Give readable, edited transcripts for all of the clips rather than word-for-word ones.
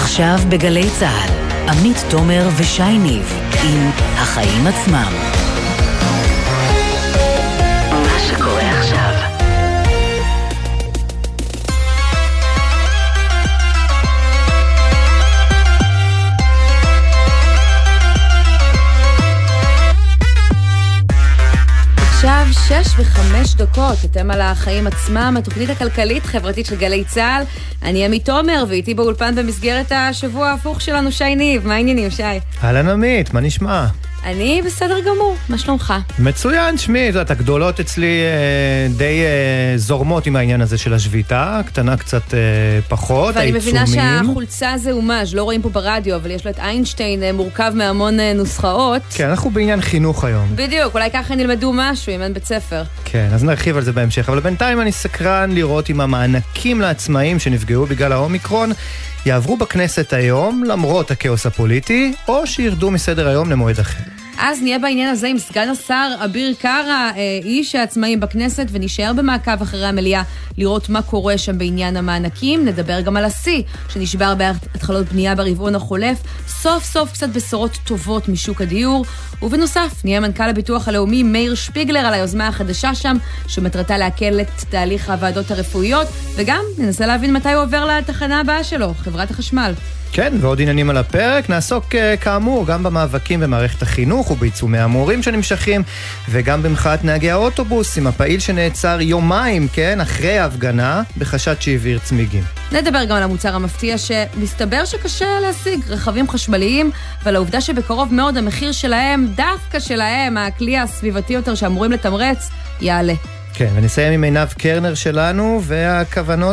עכשיו בגלי צהל, עמית תומר ושי ניב עם החיים עצמם. מה שקורה עכשיו. עכשיו 6:05, אתם על החיים עצמם, התוכנית הכלכלית חברתית של גלי צהל. אני עמית תומר, ואיתי באולפן במסגרת השבוע ההפוך שלנו שי ניב. מה העניינים, שי? אהלן עמית, מה נשמע? אני בסדר גמור, מה שלומך? מצוין, שמי, את הגדולות אצלי די זורמות עם העניין הזה של השביתה, קטנה קצת פחות, ואני מבינה שהחולצה זה אומאז', לא רואים פה ברדיו, אבל יש לו את איינשטיין מורכב מהמון נוסחאות. כן, אנחנו בעניין חינוך היום. בדיוק, אולי ככה נלמדו משהו, אם אין בית ספר. כן, אז נרחיב על זה בהמשך, אבל בינתיים אני סקרן לראות אם המענקים לעצמאים שנפגעו בגלל האומיקרון יעברו בכנסת היום, למרות הכאוס הפוליטי, או שירדו מסדר היום למועד אחר. אז נהיה בעניין הזה עם סגן השר אביר קארה, איש העצמאים בכנסת, ונשאר במעקב אחרי המליאה לראות מה קורה שם בעניין המענקים. נדבר גם על השיא שנשבר בהתחלות בנייה ברבעון החולף, סוף סוף קצת בשורות טובות משוק הדיור, ובנוסף נהיה מנכ"ל הביטוח הלאומי מאיר שפיגלר על היוזמה החדשה שם, שמטרתה להקל את תהליך הוועדות הרפואיות, וגם ננסה להבין מתי הוא עובר לתחנה הבאה שלו, חברת החשמל. כן, ועוד עניינים על הפרק, נעסוק כאמור גם במאבקים במערכת החינוך ובעיצומי המורים שנמשכים, וגם במחאת נהגי האוטובוס עם הפעיל שנעצר יומיים, כן, אחרי ההפגנה, בחשד שהעביר צמיגים. נדבר גם על המוצר המפתיע שמסתבר שקשה להשיג, רכבים חשמליים, ועל העובדה שבקרוב מאוד המחיר שלהם, דווקא שלהם, הכלי הסביבתי יותר שאמורים לתמרץ, יעלה. כן, ונסיים עם עינב קרנר שלנו, והכוונות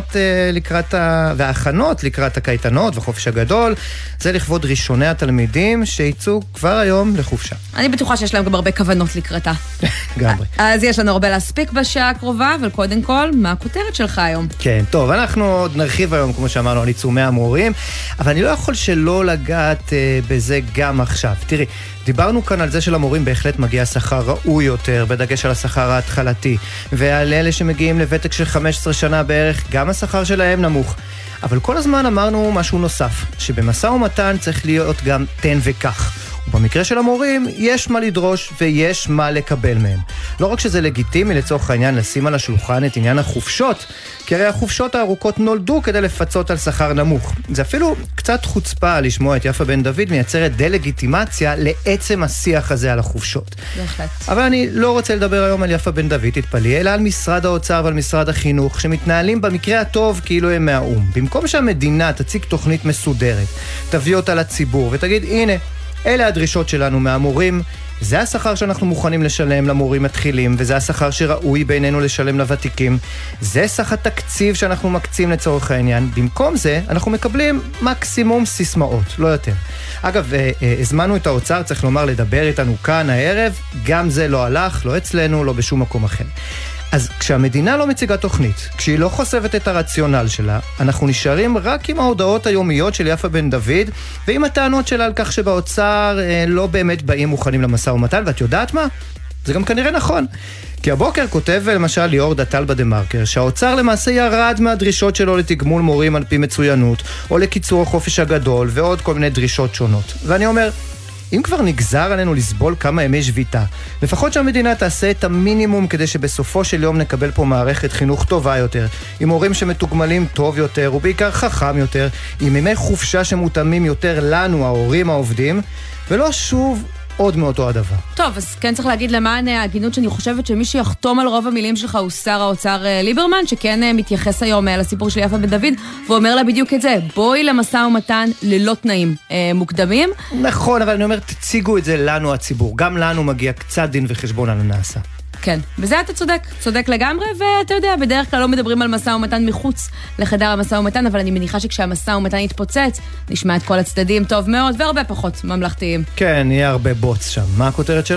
וההכנות לקראת הקייטנות וחופש הגדול, זה לכבוד ראשוני התלמידים שיצאו כבר היום לחופשה. אני בטוחה שיש להם גם הרבה כוונות לקראתה. גמרי. אז יש לנו הרבה להספיק בשעה הקרובה, אבל קודם כל, מה הכותרת שלך היום? כן, טוב, אנחנו עוד נרחיב היום, כמו שאמרנו, על עיצומי המורים, אבל אני לא יכול שלא לגעת בזה גם עכשיו. תראי, דיברנו כאן על זה שלמורים בהחלט מגיע שכר ראוי יותר, בדגש על השכר ההתחלתי, ועל אלה שמגיעים לוותק של 15 שנה בערך, גם השכר שלהם נמוך. אבל כל הזמן אמרנו משהו נוסף, שבמשא ומתן צריך להיות גם תן וכך. ובמקרה של המורים, יש מה לדרוש ויש מה לקבל מהם. לא רק שזה לגיטימי לצורך העניין לשים על השולחן את עניין החופשות, כי הרי החופשות הארוכות נולדו כדי לפצות על שכר נמוך. זה אפילו קצת חוצפה לשמוע את יפה בן דוד מייצרת דלגיטימציה לעצם השיח הזה על החופשות. בהחלט. אבל אני לא רוצה לדבר היום על יפה בן דוד, תתפלאי, אלא על משרד האוצר ועל משרד החינוך, שמתנהלים במקרה הטוב כאילו הם מהאום. במקום שהמדינה תציג תוכנית מסודרת, תביא אותה לציבור ותגיד, הנה, אלה הדרישות שלנו מהמורים, זה השכר שאנחנו מוכנים לשלם למורים מתחילים, וזה השכר שראוי בינינו לשלם לוותיקים, זה סך התקציב שאנחנו מקצים לצורך העניין. במקום זה, אנחנו מקבלים מקסימום סיסמאות, לא יותר. אגב, הזמנו את האוצר, צריך לומר, לדבר איתנו כאן הערב, גם זה לא הלך, לא אצלנו, לא בשום מקום אחר. אז כשהמדינה לא מציגה תוכנית, כשהיא לא חושפת את הרציונל שלה, אנחנו נשארים רק עם ההודעות היומיות של יפה בן דוד, ועם הטענות שלה על כך שבאוצר לא באמת באים מוכנים למשא ומתן, ואת יודעת מה? זה גם כנראה נכון. כי הבוקר כותב למשל ליאור דטל בדמרקר, שהאוצר למעשה ירד מהדרישות שלו לתגמול מורים על פי מצוינות, או לקיצור החופש הגדול, ועוד כל מיני דרישות שונות. ואני אומר, אם כבר נגזר עלינו לסבול כמה ימי שביתה, לפחות שהמדינה תעשה את המינימום כדי שבסופו של יום נקבל פה מערכת חינוך טובה יותר, עם הורים שמתוגמלים טוב יותר, ובעיקר חכם יותר, עם ימי חופשה שמותאמים יותר לנו, ההורים העובדים, ולא שוב עוד מאותו הדבר. טוב, אז כן צריך להגיד למען ההגינות שאני חושבת שמי שיחתום על רוב המילים שלך הוא שר האוצר ליברמן, שכן מתייחס היום לסיפור של יפה בן דוד, ואומר לה בדיוק את זה, בואי למשא ומתן ללא תנאים מוקדמים. נכון, אבל אני אומר, תציגו את זה לנו הציבור, גם לנו מגיע קצת דין וחשבון על הנעשה. כן, בזה אתה צודק לגמרי, ואתה יודע, בדרך כלל לא מדברים על משא ומתן מחוץ לחדר המשא ומתן, אבל אני מניחה שכשהמשא ומתן יתפוצץ, נשמע את כל הצדדים טוב מאוד, והרבה פחות ממלכתיים. כן, יהיה הרבה בוץ שם. מה הכותרת שלך?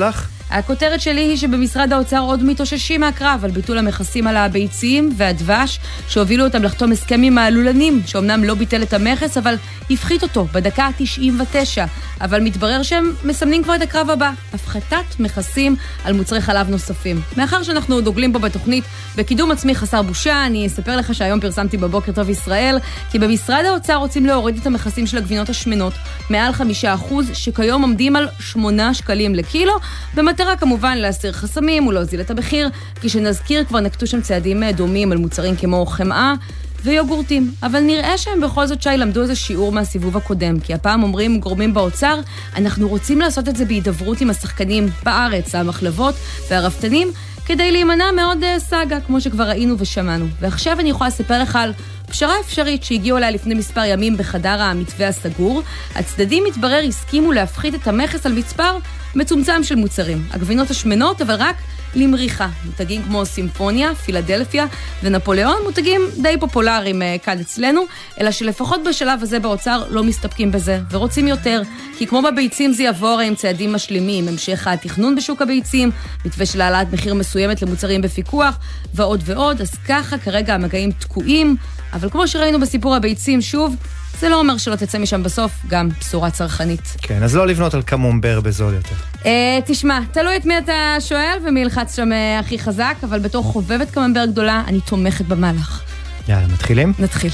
הכותרת שלי היא שבמשרד האוצר עוד מתאוששים מהקרב על ביטול המכסים על הביצים והדבש, שהובילו אותם לחתום הסכם עם הלולנים, שאומנם לא ביטל את המכס, אבל הפחית אותו בדקה 99. אבל מתברר שהם מסמנים כבר את הקרב הבא, הפחתת מכסים על מוצרי חלב נוספים. מאחר שאנחנו דוגלים פה בתוכנית בקידום עצמי חסר בושה, אני אספר לך שהיום פרסמתי בבוקר טוב ישראל, כי במשרד האוצר רוצים להוריד את המכסים של הגבינות השמנות מעל 5%, שכיום עומדים על 8 שקלים לקילו, במטרה כמובן להסיר חסמים ולהוזיל את המחיר, כשנזכיר כבר נקטו שם צעדים דומים על מוצרים כמו חמאה ויוגורטים. אבל נראה שהם בכל זאת שי למדו איזה שיעור מהסיבוב הקודם, כי הפעם אומרים גורמים באוצר, אנחנו רוצים לעשות את זה בהידברות עם השחקנים בארץ, המחלבות והרפתנים, כדי להימנע מאוד סאגה, כמו שכבר ראינו ושמענו. ועכשיו אני יכולה לספר לך על פשרה אפשרית שהגיעו אליה לפני מספר ימים בחדר המתווה הסגור. הצדדים מתברר הסכימו להפחית את המכס על מספר מצומצם של מוצרים. הגבינות השמנות, אבל רק למריחה. מותגים כמו סימפוניה, פילדלפיה ונפוליאון, מותגים די פופולריים כאן אצלנו, אלא שלפחות בשלב הזה באוצר לא מסתפקים בזה, ורוצים יותר. כי כמו בביצים זה יבוא עם צעדים משלימים, המשך התכנון בשוק הביצים, מתווה של העלאת מחיר מסוימת למוצרים בפיקוח, ועוד ועוד. אז ככה כרגע המגעים תקועים, אבל כמו שראינו בסיפור הביצים שוב, זה לא אומר שלא תצא משם בסוף גם בשורה צרכנית. כן, אז לא לבנות על קמומבר בזול יותר. תשמע, תלוי את מי אתה שואל ומי ילחץ שם הכי חזק, אבל בתור חובבת קמומבר גדולה, אני תומכת במהלך. יאללה, מתחילים? נתחיל.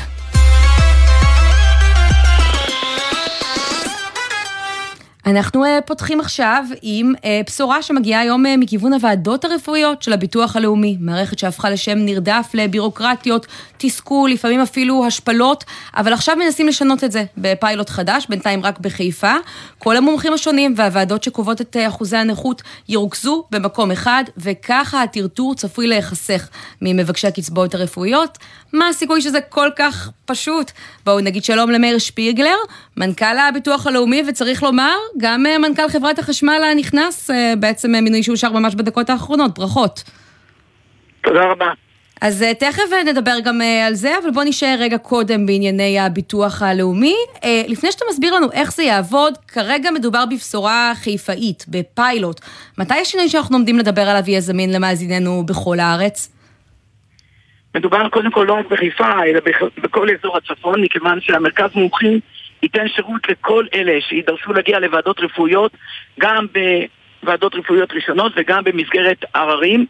אנחנו פותחים עכשיו עם בשורה שמגיעה היום מכיוון הוועדות הרפואיות של הביטוח הלאומי, מערכת שהפכה לשם נרדף לבירוקרטיות, תסכול, לפעמים אפילו השפלות, אבל עכשיו מנסים לשנות את זה בפיילוט חדש, בינתיים רק בחיפה. כל המומחים השונים והוועדות שקובעות את אחוזי הנכות ירוכזו במקום אחד, וככה הטרטור צפוי להיחסך ממבקשי הקצבאות הרפואיות. מה הסיכוי שזה כל כך פשוט? בואו נגיד שלום למאיר שפיגלר, מנכ"ל הביטוח הלאומי, וצריך לומר, גם מנכ"ל חברת החשמל הנכנס, בעצם מינוי שאושר ממש בדקות האחרונות. ברכות. תודה רבה. אז תכף נדבר גם על זה, אבל בוא נשאר רגע קודם בענייני הביטוח הלאומי. לפני שאתה מסביר לנו איך זה יעבוד, כרגע מדובר בבשורה חיפאית, בפיילוט. מתי השינוי שאנחנו עומדים לדבר עליו יהיה זמין למאזיננו בכל הארץ? מדובר קודם כל לא רק בחיפה, אלא בכל אזור הצפון, מכיוון שהמרכז מומחים ייתן שירות לכל אלה שידרשו להגיע לוועדות רפואיות, גם בוועדות רפואיות ראשונות וגם במסגרת עררים,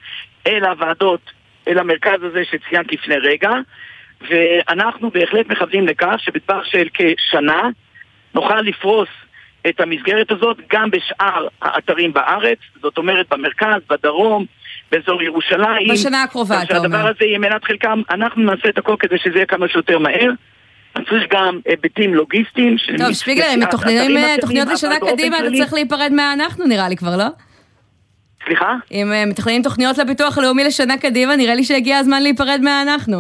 אל המרכז הזה שציינת לפני רגע, ואנחנו בהחלט מכוונים לכך שבטווח של כשנה נוכל לפרוס את המסגרת הזאת גם בשאר האתרים בארץ, זאת אומרת במרכז, בדרום, באזור ירושלים. בשנה הקרובה, אתה אומר. שהדבר הזה יהיה מנת חלקם, אנחנו נעשה את הכל כדי שזה יהיה כמה שיותר מהר. צריך גם היבטים לוגיסטיים. טוב, שפיגלר, אם תוכניות לשנה קדימה, אתה צריך להיפרד מהאנחנו, נראה לי כבר, לא? סליחה? אם מתכננים תוכניות לביטוח הלאומי לשנה קדימה, נראה לי שהגיע הזמן להיפרד מהאנחנו.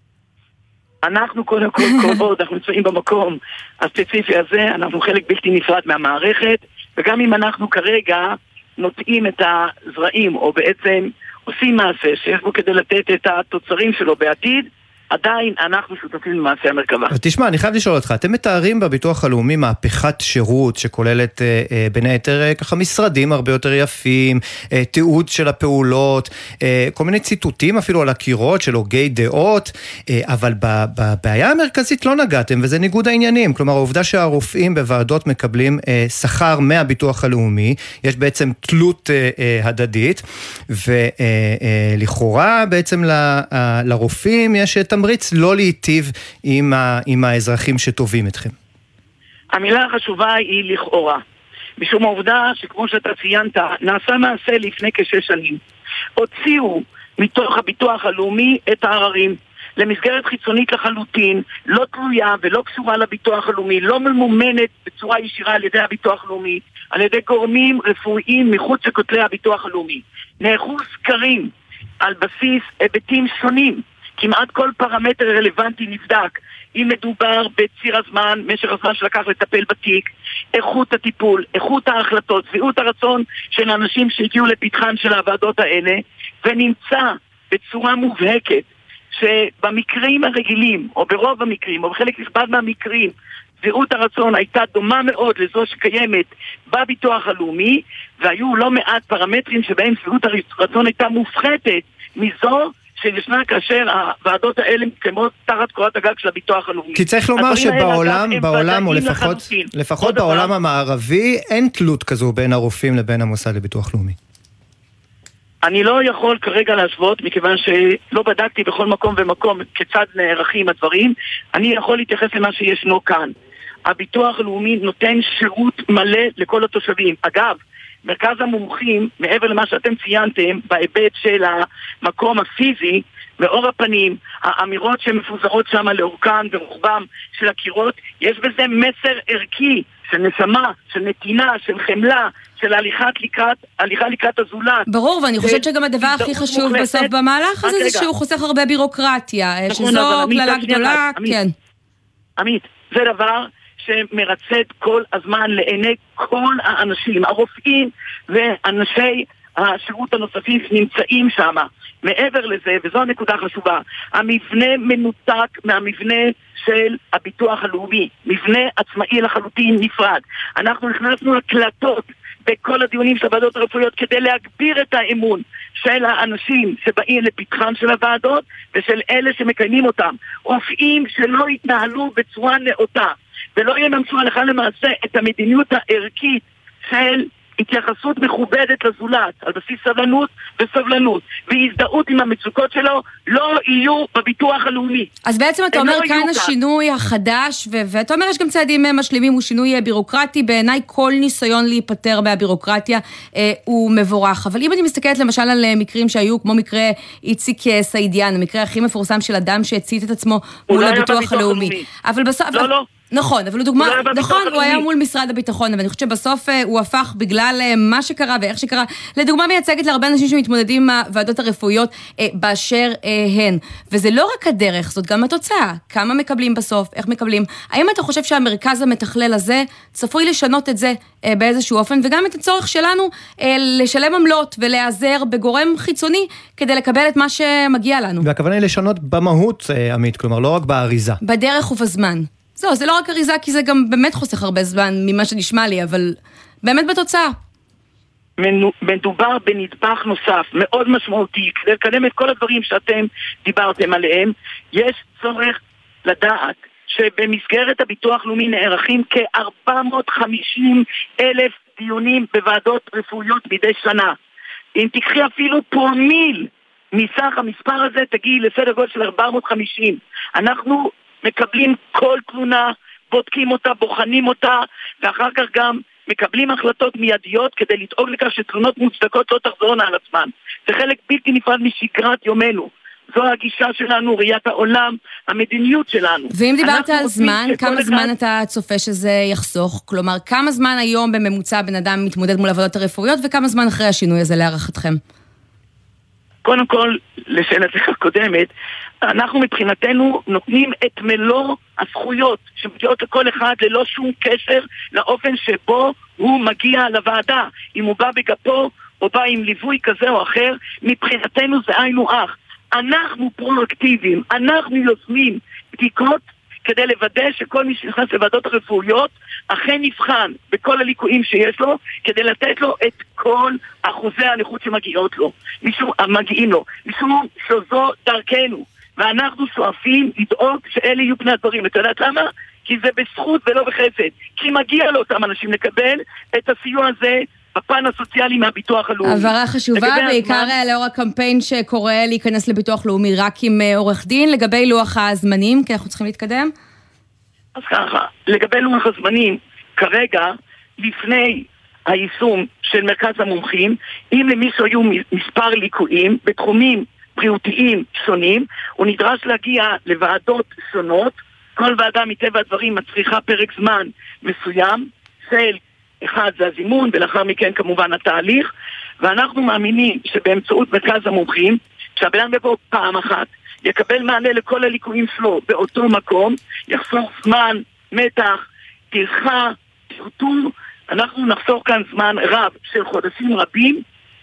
אנחנו קודם כל, אנחנו נמצאים במקום הספציפי הזה, אנחנו חלק בלתי נפרד מהמערכת, וגם אם אנחנו כרגע נוטעים את הזרעים, או בעצם עושים מעשה שיש בו כדי לתת את התוצרים שלו בעתיד, עדיין אנחנו שותפים למעשה המרכבה. תשמע, אני חייב לשאול אותך, אתם מתארים בביטוח הלאומי מהפכת שירות שכוללת בין היתר ככה משרדים הרבה יותר יפים, תיעוד של הפעולות, כל מיני ציטוטים אפילו על הקירות של הוגי דעות, אבל בבעיה המרכזית לא נגעתם, וזה ניגוד העניינים. כלומר, העובדה שהרופאים בוועדות מקבלים שכר מהביטוח הלאומי, יש בעצם תלות הדדית, ולכאורה בעצם לרופאים יש תמריץ לא להיטיב עם האזרחים שטובים אתכם. המילה החשובה היא לכאורה. משום העובדה שכמו שאתה ציינת, נעשה מעשה לפני כ6 שנים. הוציאו מתוך הביטוח הלאומי את העררים למסגרת חיצונית לחלוטין, לא תלויה ולא קשורה לביטוח הלאומי, לא ממומנת בצורה ישירה על ידי הביטוח הלאומי, על ידי גורמים רפואיים מחוץ לכותלי הביטוח הלאומי. נערכו סקרים על בסיס היבטים שונים, כמעט כל פרמטר רלוונטי נבדק, אם מדובר בציר הזמן, משך הזמן שלקח לטפל בתיק, איכות הטיפול, איכות ההחלטות, שביעות הרצון של האנשים שהגיעו לפתחן של הוועדות האלה, ונמצא בצורה מובהקת שבמקרים הרגילים, או ברוב המקרים, או בחלק נכבד מהמקרים, שביעות הרצון הייתה דומה מאוד לזו שקיימת בביטוח הלאומי, והיו לא מעט פרמטרים שבהם שביעות הרצון הייתה מופחתת מזו שישנה כאשר הוועדות האלה מתקיימות תחת קורת הגג של הביטוח הלאומי. כי צריך לומר שבעולם, או לפחות בעולם המערבי, אין תלות כזו בין הרופאים לבין המוסד לביטוח לאומי. אני לא יכול כרגע להשוות, מכיוון שלא בדקתי בכל מקום ומקום כיצד נערכים הדברים. אני יכול להתייחס למה שישנו כאן. הביטוח הלאומי נותן שירות מלא לכל התושבים. אגב, מרכז המומחים, מעבר למה שאתם ציינתם, בהיבט של המקום הפיזי, מאור הפנים, האמירות שמפוזרות שם לאורכן ורוחבם של הקירות, יש בזה מסר ערכי של נשמה, של נתינה, של חמלה, של הליכה לקראת הזולת. ברור, ואני חושבת שגם הדבר הכי חשוב בסוף במהלך הזה זה שהוא חוסך הרבה בירוקרטיה, שזו כללה גדולה, כן. עמית, זה דבר שמרצד כל הזמן לעיני כל האנשים, הרופאים ואנשי השירות הנוספים שנמצאים שם. מעבר לזה, וזו הנקודה החשובה, המבנה מנותק מהמבנה של הביטוח הלאומי, מבנה עצמאי לחלוטין נפרד. אנחנו נכנסנו לקלטות בכל הדיונים של הוועדות הרפואיות כדי להגביר את האמון של האנשים שבאים לפתחם של הוועדות ושל אלה שמקיימים אותם. רופאים שלא יתנהלו בצורה נאותה ולא יממשו הלכה למעשה את המדיניות הערכית של התייחסות מכובדת לזולת על בסיס סבלנות וסבלנות והזדהות עם המצוקות שלו, לא יהיו בביטוח הלאומי. אז בעצם אתה אומר כאן השינוי החדש, ואתה אומר יש גם צעדים משלימים, הוא שינוי בירוקרטי. בעיניי כל ניסיון להיפטר מהבירוקרטיה הוא מבורך. אבל אם אני מסתכלת למשל על מקרים שהיו, כמו מקרה איציק סעידיאן, המקרה הכי מפורסם של אדם שהצית את עצמו מול הביטוח הלאומי. אבל בסוף... לא. נכון, אבל הוא דוגמה, נכון, הוא היה מול משרד הביטחון, אבל אני חושבת שבסוף הוא הפך בגלל מה שקרה ואיך שקרה, לדוגמה מייצגת להרבה אנשים שמתמודדים עם הוועדות הרפואיות באשר הן. וזה לא רק הדרך, זאת גם התוצאה. כמה מקבלים בסוף, איך מקבלים. האם אתה חושב שהמרכז המתכלל הזה צפוי לשנות את זה באיזשהו אופן, וגם את הצורך שלנו לשלם עמלות ולהיעזר בגורם חיצוני כדי לקבל את מה שמגיע לנו? והכוונה היא לשנות במהות, עמית, כלומר לא רק באריזה. בדרך ובזמן. זה לא רק אריזה, כי זה גם באמת חוסך הרבה זמן ממה שנשמע לי, אבל באמת בתוצאה. מדובר בנדבך נוסף, מאוד משמעותי, כדי לקדם את כל הדברים שאתם דיברתם עליהם. יש צורך לדעת שבמסגרת הביטוח לאומי נערכים כ-450,000 דיונים בוועדות רפואיות מדי שנה. אם תקחי אפילו פרומיל מסך המספר הזה, תגיעי לסדר גודל של 450. אנחנו מקבלים כל תלונה, בודקים אותה, בוחנים אותה, ואחר כך גם מקבלים החלטות מיידיות כדי לדאוג לכך שתלונות מוצדקות לא תחזורנה על עצמן. זה חלק בלתי נפרד משגרת יומנו. זו הגישה שלנו, ראיית העולם, המדיניות שלנו. ואם דיברת על זמן, כמה זמן אתה צופה שזה יחסוך? כלומר, כמה זמן היום בממוצע בן אדם מתמודד מול עבודות הרפואיות, וכמה זמן אחרי השינוי הזה להערכתכם? קודם כל, לשאלתך הקודמת, אנחנו מבחינתנו נותנים את מלוא הזכויות שמגיעות לכל אחד ללא שום קשר לאופן שבו הוא מגיע לוועדה. אם הוא בא בגפו או בא עם ליווי כזה או אחר, מבחינתנו זה היינו אח. אנחנו פרואקטיביים, אנחנו יוזמים בדיקות כדי לוודא שכל מי שנכנס לוועדות הרפואיות אכן נבחן בכל הליקויים שיש לו, כדי לתת לו את כל אחוזי הנכות שמגיעים לו. משום שזו דרכנו, ואנחנו שואפים לדאוג שאלה יהיו פני הדברים. אתה יודעת למה? כי זה בזכות ולא בחסד. כי מגיע לאותם אנשים לקבל את הסיוע הזה בפן הסוציאלי מהביטוח הלאומי. הבהרה חשובה, בעיקר לאור הקמפיין שקורא להיכנס לביטוח לאומי רק עם עורך דין. לגבי לוח הזמנים, כי אנחנו צריכים להתקדם. אז ככה, לגבי לוח הזמנים, כרגע, לפני היישום של מרכז המומחים, אם למישהו היו מספר ליקויים בתחומים בריאותיים שונים, הוא נדרש להגיע לוועדות שונות. כל ועדה מטבע הדברים מצריכה פרק זמן מסוים של אחד זה הזימון, ולאחר מכן כמובן התהליך, ואנחנו מאמינים שבאמצעות מרכז המומחים, כשהבן יבוא פעם אחת, יקבל מענה לכל הליקויים שלו באותו מקום, יחסוך זמן, מתח, טרחה, טרטור, אנחנו נחסוך כאן זמן רב של חודשים רבים,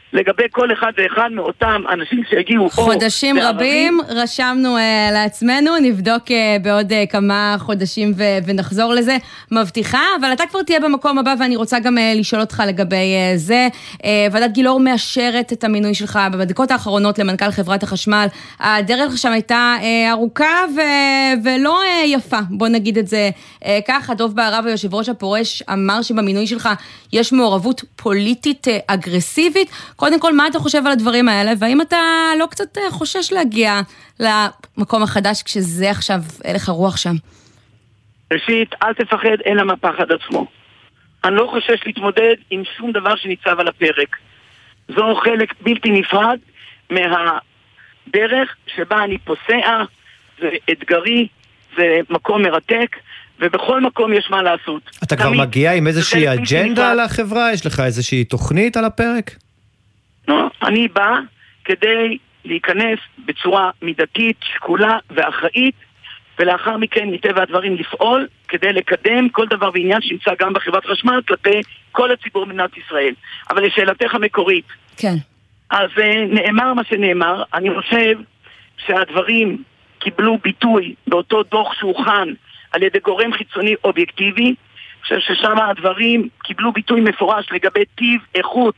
לגבי כל אחד ואחד מאותם אנשים שהגיעו. חודשים רבים, רשמנו לעצמנו, נבדוק בעוד כמה חודשים ונחזור לזה, מבטיחה, אבל אתה כבר תהיה במקום הבא, ואני רוצה גם לשאול אותך לגבי זה. ועדת גילאור מאשרת את המינוי שלך בבדיקות האחרונות למנכ"ל חברת החשמל. הדרך שם הייתה ארוכה ולא יפה, בוא נגיד את זה ככה. דוב בערב, היושב ראש הפורש, אמר שבמינוי שלך יש מעורבות פוליטית אגרסיבית. קודם כל, מה אתה חושב על הדברים האלה, והאם אתה לא קצת חושש להגיע למקום החדש כשזה עכשיו הלך הרוח שם? ראשית, אל תפחד, אין למה פחד עצמו. אני לא חושש להתמודד עם שום דבר שניצב על הפרק. זו חלק בלתי נפרד מהדרך שבה אני פוסע, זה אתגרי, זה מקום מרתק, ובכל מקום יש מה לעשות. אתה כבר מגיע עם איזושהי אג'נדה על החברה? יש לך איזושהי תוכנית על הפרק? לא, אני בא כדי להיכנס בצורה מידתית, שקולה ואחראית, ולאחר מכן מטבע הדברים לפעול כדי לקדם כל דבר ועניין שנמצא גם בחברת חשמל כלפי כל הציבור במדינת ישראל. אבל לשאלתך המקורית, כן. אז נאמר מה שנאמר, אני חושב שהדברים קיבלו ביטוי באותו דוח שהוכן על ידי גורם חיצוני אובייקטיבי. אני חושב ששם הדברים קיבלו ביטוי מפורש לגבי טיב, איכות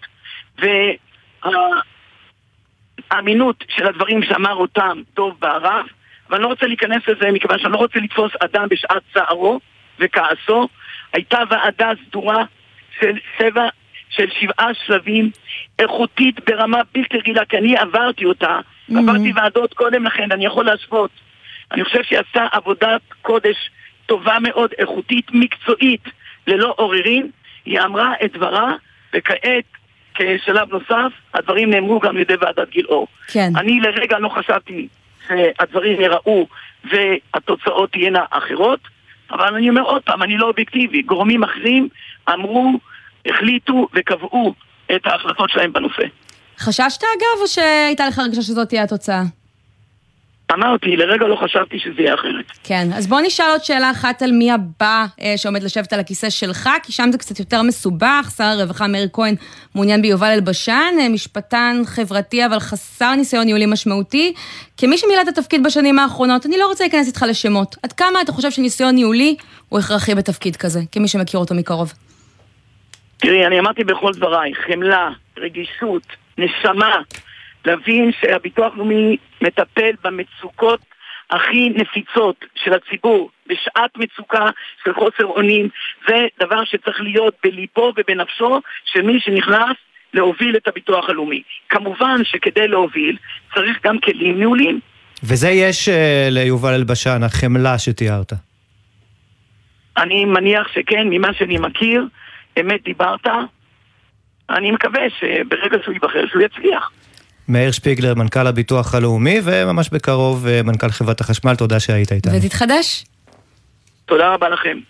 והאמינות של הדברים שאמר אותם דוב בערב, ואני לא רוצה להיכנס לזה מכיוון שאני לא רוצה לתפוס אדם בשעת צערו וכעסו. הייתה ועדה סדורה של 7 שלבים, איכותית ברמה בלתי רגילה, כי אני עברתי אותה, עברתי ועדות קודם לכן, אני יכול להשוות. אני חושב שהיא עשה עבודת קודש טובה מאוד, איכותית, מקצועית, ללא עוררין. היא אמרה את דברה, וכעת כשלב נוסף, הדברים נאמרו גם לידי ועדת גילאור. כן. אני לרגע לא חשבתי שהדברים יראו והתוצאות תהיינה אחרות, אבל אני אומר עוד פעם, אני לא אובייקטיבי. גורמים אחרים אמרו, החליטו וקבעו את ההחלטות שלהם בנושא. חששת אגב, או שהייתה לך הרגשה שזאת תהיה התוצאה? אמרתי, לרגע לא חשבתי שזה יהיה אחרת. כן, אז בוא נשאל עוד שאלה אחת על מי הבא שעומד לשבת על הכיסא שלך, כי שם זה קצת יותר מסובך. שר הרווחה מאיר כהן מעוניין ביובל אלבשן, משפטן חברתי אבל חסר ניסיון ניהולי משמעותי. כמי שמילא את התפקיד בשנים האחרונות, אני לא רוצה להיכנס איתך לשמות. עד כמה אתה חושב שניסיון ניהולי הוא הכרחי בתפקיד כזה, כמי שמכיר אותו מקרוב? תראי, אני אמרתי בכל דבריי, חמלה, רגישות, נשמה, להבין שהביטוח לאומי מטפל במצוקות הכי נפיצות של הציבור, בשעת מצוקה של חוסר אונים. זה דבר שצריך להיות בליבו ובנפשו של מי שנכנס להוביל את הביטוח הלאומי. כמובן שכדי להוביל צריך גם כלים ניהוליים. וזה יש ליובל אלבשן, החמלה שתיארת. אני מניח שכן, ממה שאני מכיר, אמת דיברת. אני מקווה שברגע שהוא ייבחר שהוא יצליח. מאיר שפיגלר, מנכ"ל הביטוח הלאומי, וממש בקרוב מנכ"ל חברת החשמל, תודה שהיית איתנו. ותתחדש. תודה רבה לכם.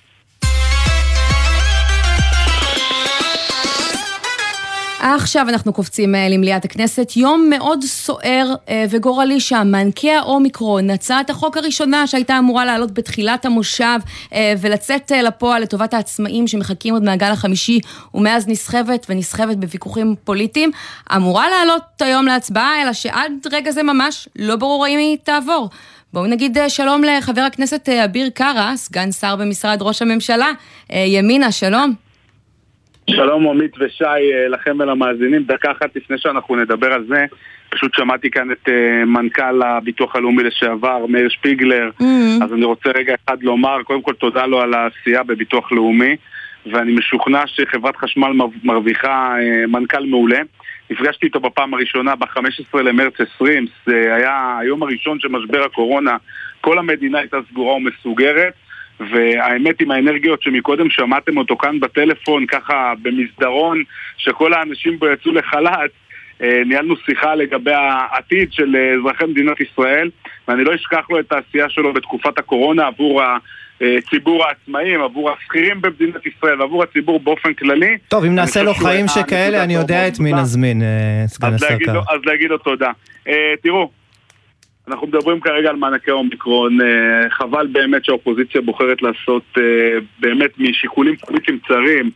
עכשיו אנחנו קופצים למליאת הכנסת. יום מאוד סוער וגורלי שם. מענקי האומיקרון, הצעת החוק הראשונה שהייתה אמורה לעלות בתחילת המושב ולצאת לפועל לטובת העצמאים שמחכים עוד מהגל החמישי, ומאז נסחבת בוויכוחים פוליטיים, אמורה לעלות היום להצבעה, אלא שעד רגע זה ממש לא ברור אם היא תעבור. בואו נגיד שלום לחבר הכנסת אביר קארה, סגן שר במשרד ראש הממשלה. ימינה, שלום. שלום עמית ושי, לכם ולמאזינים. דקה אחת לפני שאנחנו נדבר על זה, פשוט שמעתי כאן את מנכ"ל הביטוח הלאומי לשעבר, מאיר שפיגלר, אז אני רוצה רגע אחד לומר, קודם כל תודה לו על העשייה בביטוח לאומי, ואני משוכנע שחברת חשמל מרוויחה מנכ"ל מעולה. נפגשתי איתו בפעם הראשונה ב-15 למרץ 20, זה היה היום הראשון של משבר הקורונה, כל המדינה הייתה סגורה ומסוגרת, והאמת עם האנרגיות שמקודם שמעתם אותו כאן בטלפון, ככה במסדרון, שכל האנשים בו יצאו לחל"ת, ניהלנו שיחה לגבי העתיד של אזרחי מדינת ישראל, ואני לא אשכח לו את העשייה שלו בתקופת הקורונה עבור הציבור העצמאים, עבור השכירים במדינת ישראל, ועבור הציבור באופן כללי. טוב, אם נעשה לו חיים שכאלה, אני יודע את מי נזמין, סגן השר קארה. אז להגיד לו תודה. תראו, אנחנו מדברים כרגע על מענקי אומיקרון, חבל באמת שהאופוזיציה בוחרת לעשות באמת משיקולים פוליטיים צרים,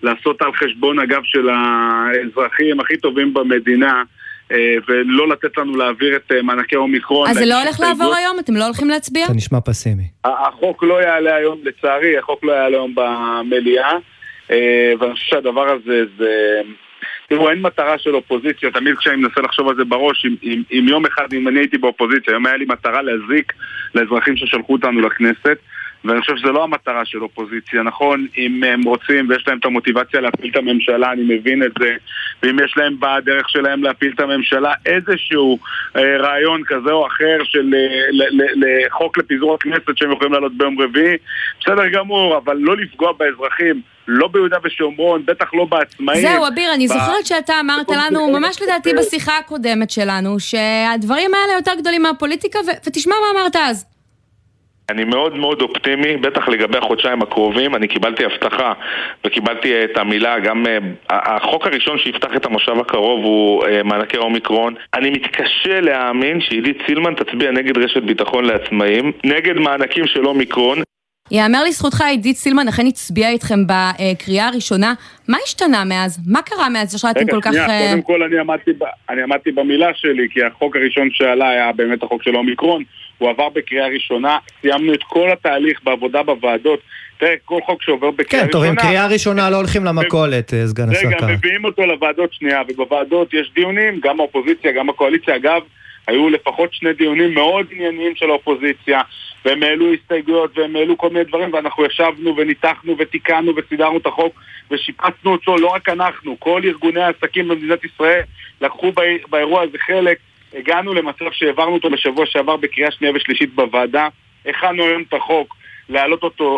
לעשות על חשבון אגב של האזרחים הכי טובים במדינה, ולא לתת לנו להעביר את מענקי אומיקרון. אז זה לא הולך לעבור היום? אתם לא הולכים להצביע? אתה נשמע פסימי. החוק לא יעלה היום, לצערי, החוק לא יעלה היום במליאה, ואני חושב שהדבר הזה זה... תראו, אין מטרה של אופוזיציה, תמיד כשאני מנסה לחשוב על זה בראש, אם יום אחד, אם אני הייתי באופוזיציה, היום היה לי מטרה להזיק לאזרחים ששלחו אותנו לכנסת, ואני חושב שזה לא המטרה של אופוזיציה, נכון? אם הם רוצים ויש להם את המוטיבציה להפיל את הממשלה, אני מבין את זה, ואם יש להם בדרך שלהם להפיל את הממשלה איזשהו רעיון כזה או אחר של לחוק לפיזור הכנסת שהם יכולים לעלות ביום רביעי, בסדר גמור, אבל לא לפגוע באזרחים, לא ביהודה ושומרון, בטח לא בעצמאים. זהו, אביר, אני זוכרת שאתה אמרת לנו, ממש לדעתי בשיחה הקודמת שלנו, שהדברים האלה יותר גדולים מהפוליטיקה, ותשמע מה אמרת אז. אני מאוד מאוד אופטימי, בטח לגבי החודשיים הקרובים. אני קיבלתי הבטחה וקיבלתי את המילה, גם החוק הראשון שיפתח את המושב הקרוב הוא מענקי אומיקרון. אני מתקשה להאמין שעידית סילמן תצביע נגד רשת ביטחון לעצמאים, נגד מענקים של אומיקרון. יאמר לזכותך, עידית סילמן אכן הצביעה איתכם בקריאה הראשונה. מה השתנה מאז? מה קרה מאז שאתם כל כך... קודם כל אני עמדתי במילה שלי, כי החוק הראשון שעלה היה באמת החוק של אומיקרון. הוא עבר בקריאה ראשונה, סיימנו את כל התהליך בעבודה בוועדות. תראה, כל חוק שעובר בקריאה ראשונה... כן, טוב, עם קריאה ראשונה לא הולכים למכולת, סגן השר קארה. רגע, מביאים אותו לוועדות שנייה, ובוועדות יש דיונים, גם האופוזיציה, גם הקואליציה. אגב, היו לפחות 2 דיונים מאוד ענייניים של האופוזיציה, והם העלו הסתייגויות, והם העלו כל מיני דברים, ואנחנו ישבנו וניתחנו ותיקנו וסידרנו את החוק, ושיפצנו אותו, לא רק אנחנו, כל ארגוני העסקים במדינת ישראל לקחו באירוע הזה חלק. הגענו למצב שהעברנו אותו לשבוע שעבר בקריאה שנייה ושלישית בוועדה, הכנו היום את החוק, להעלות אותו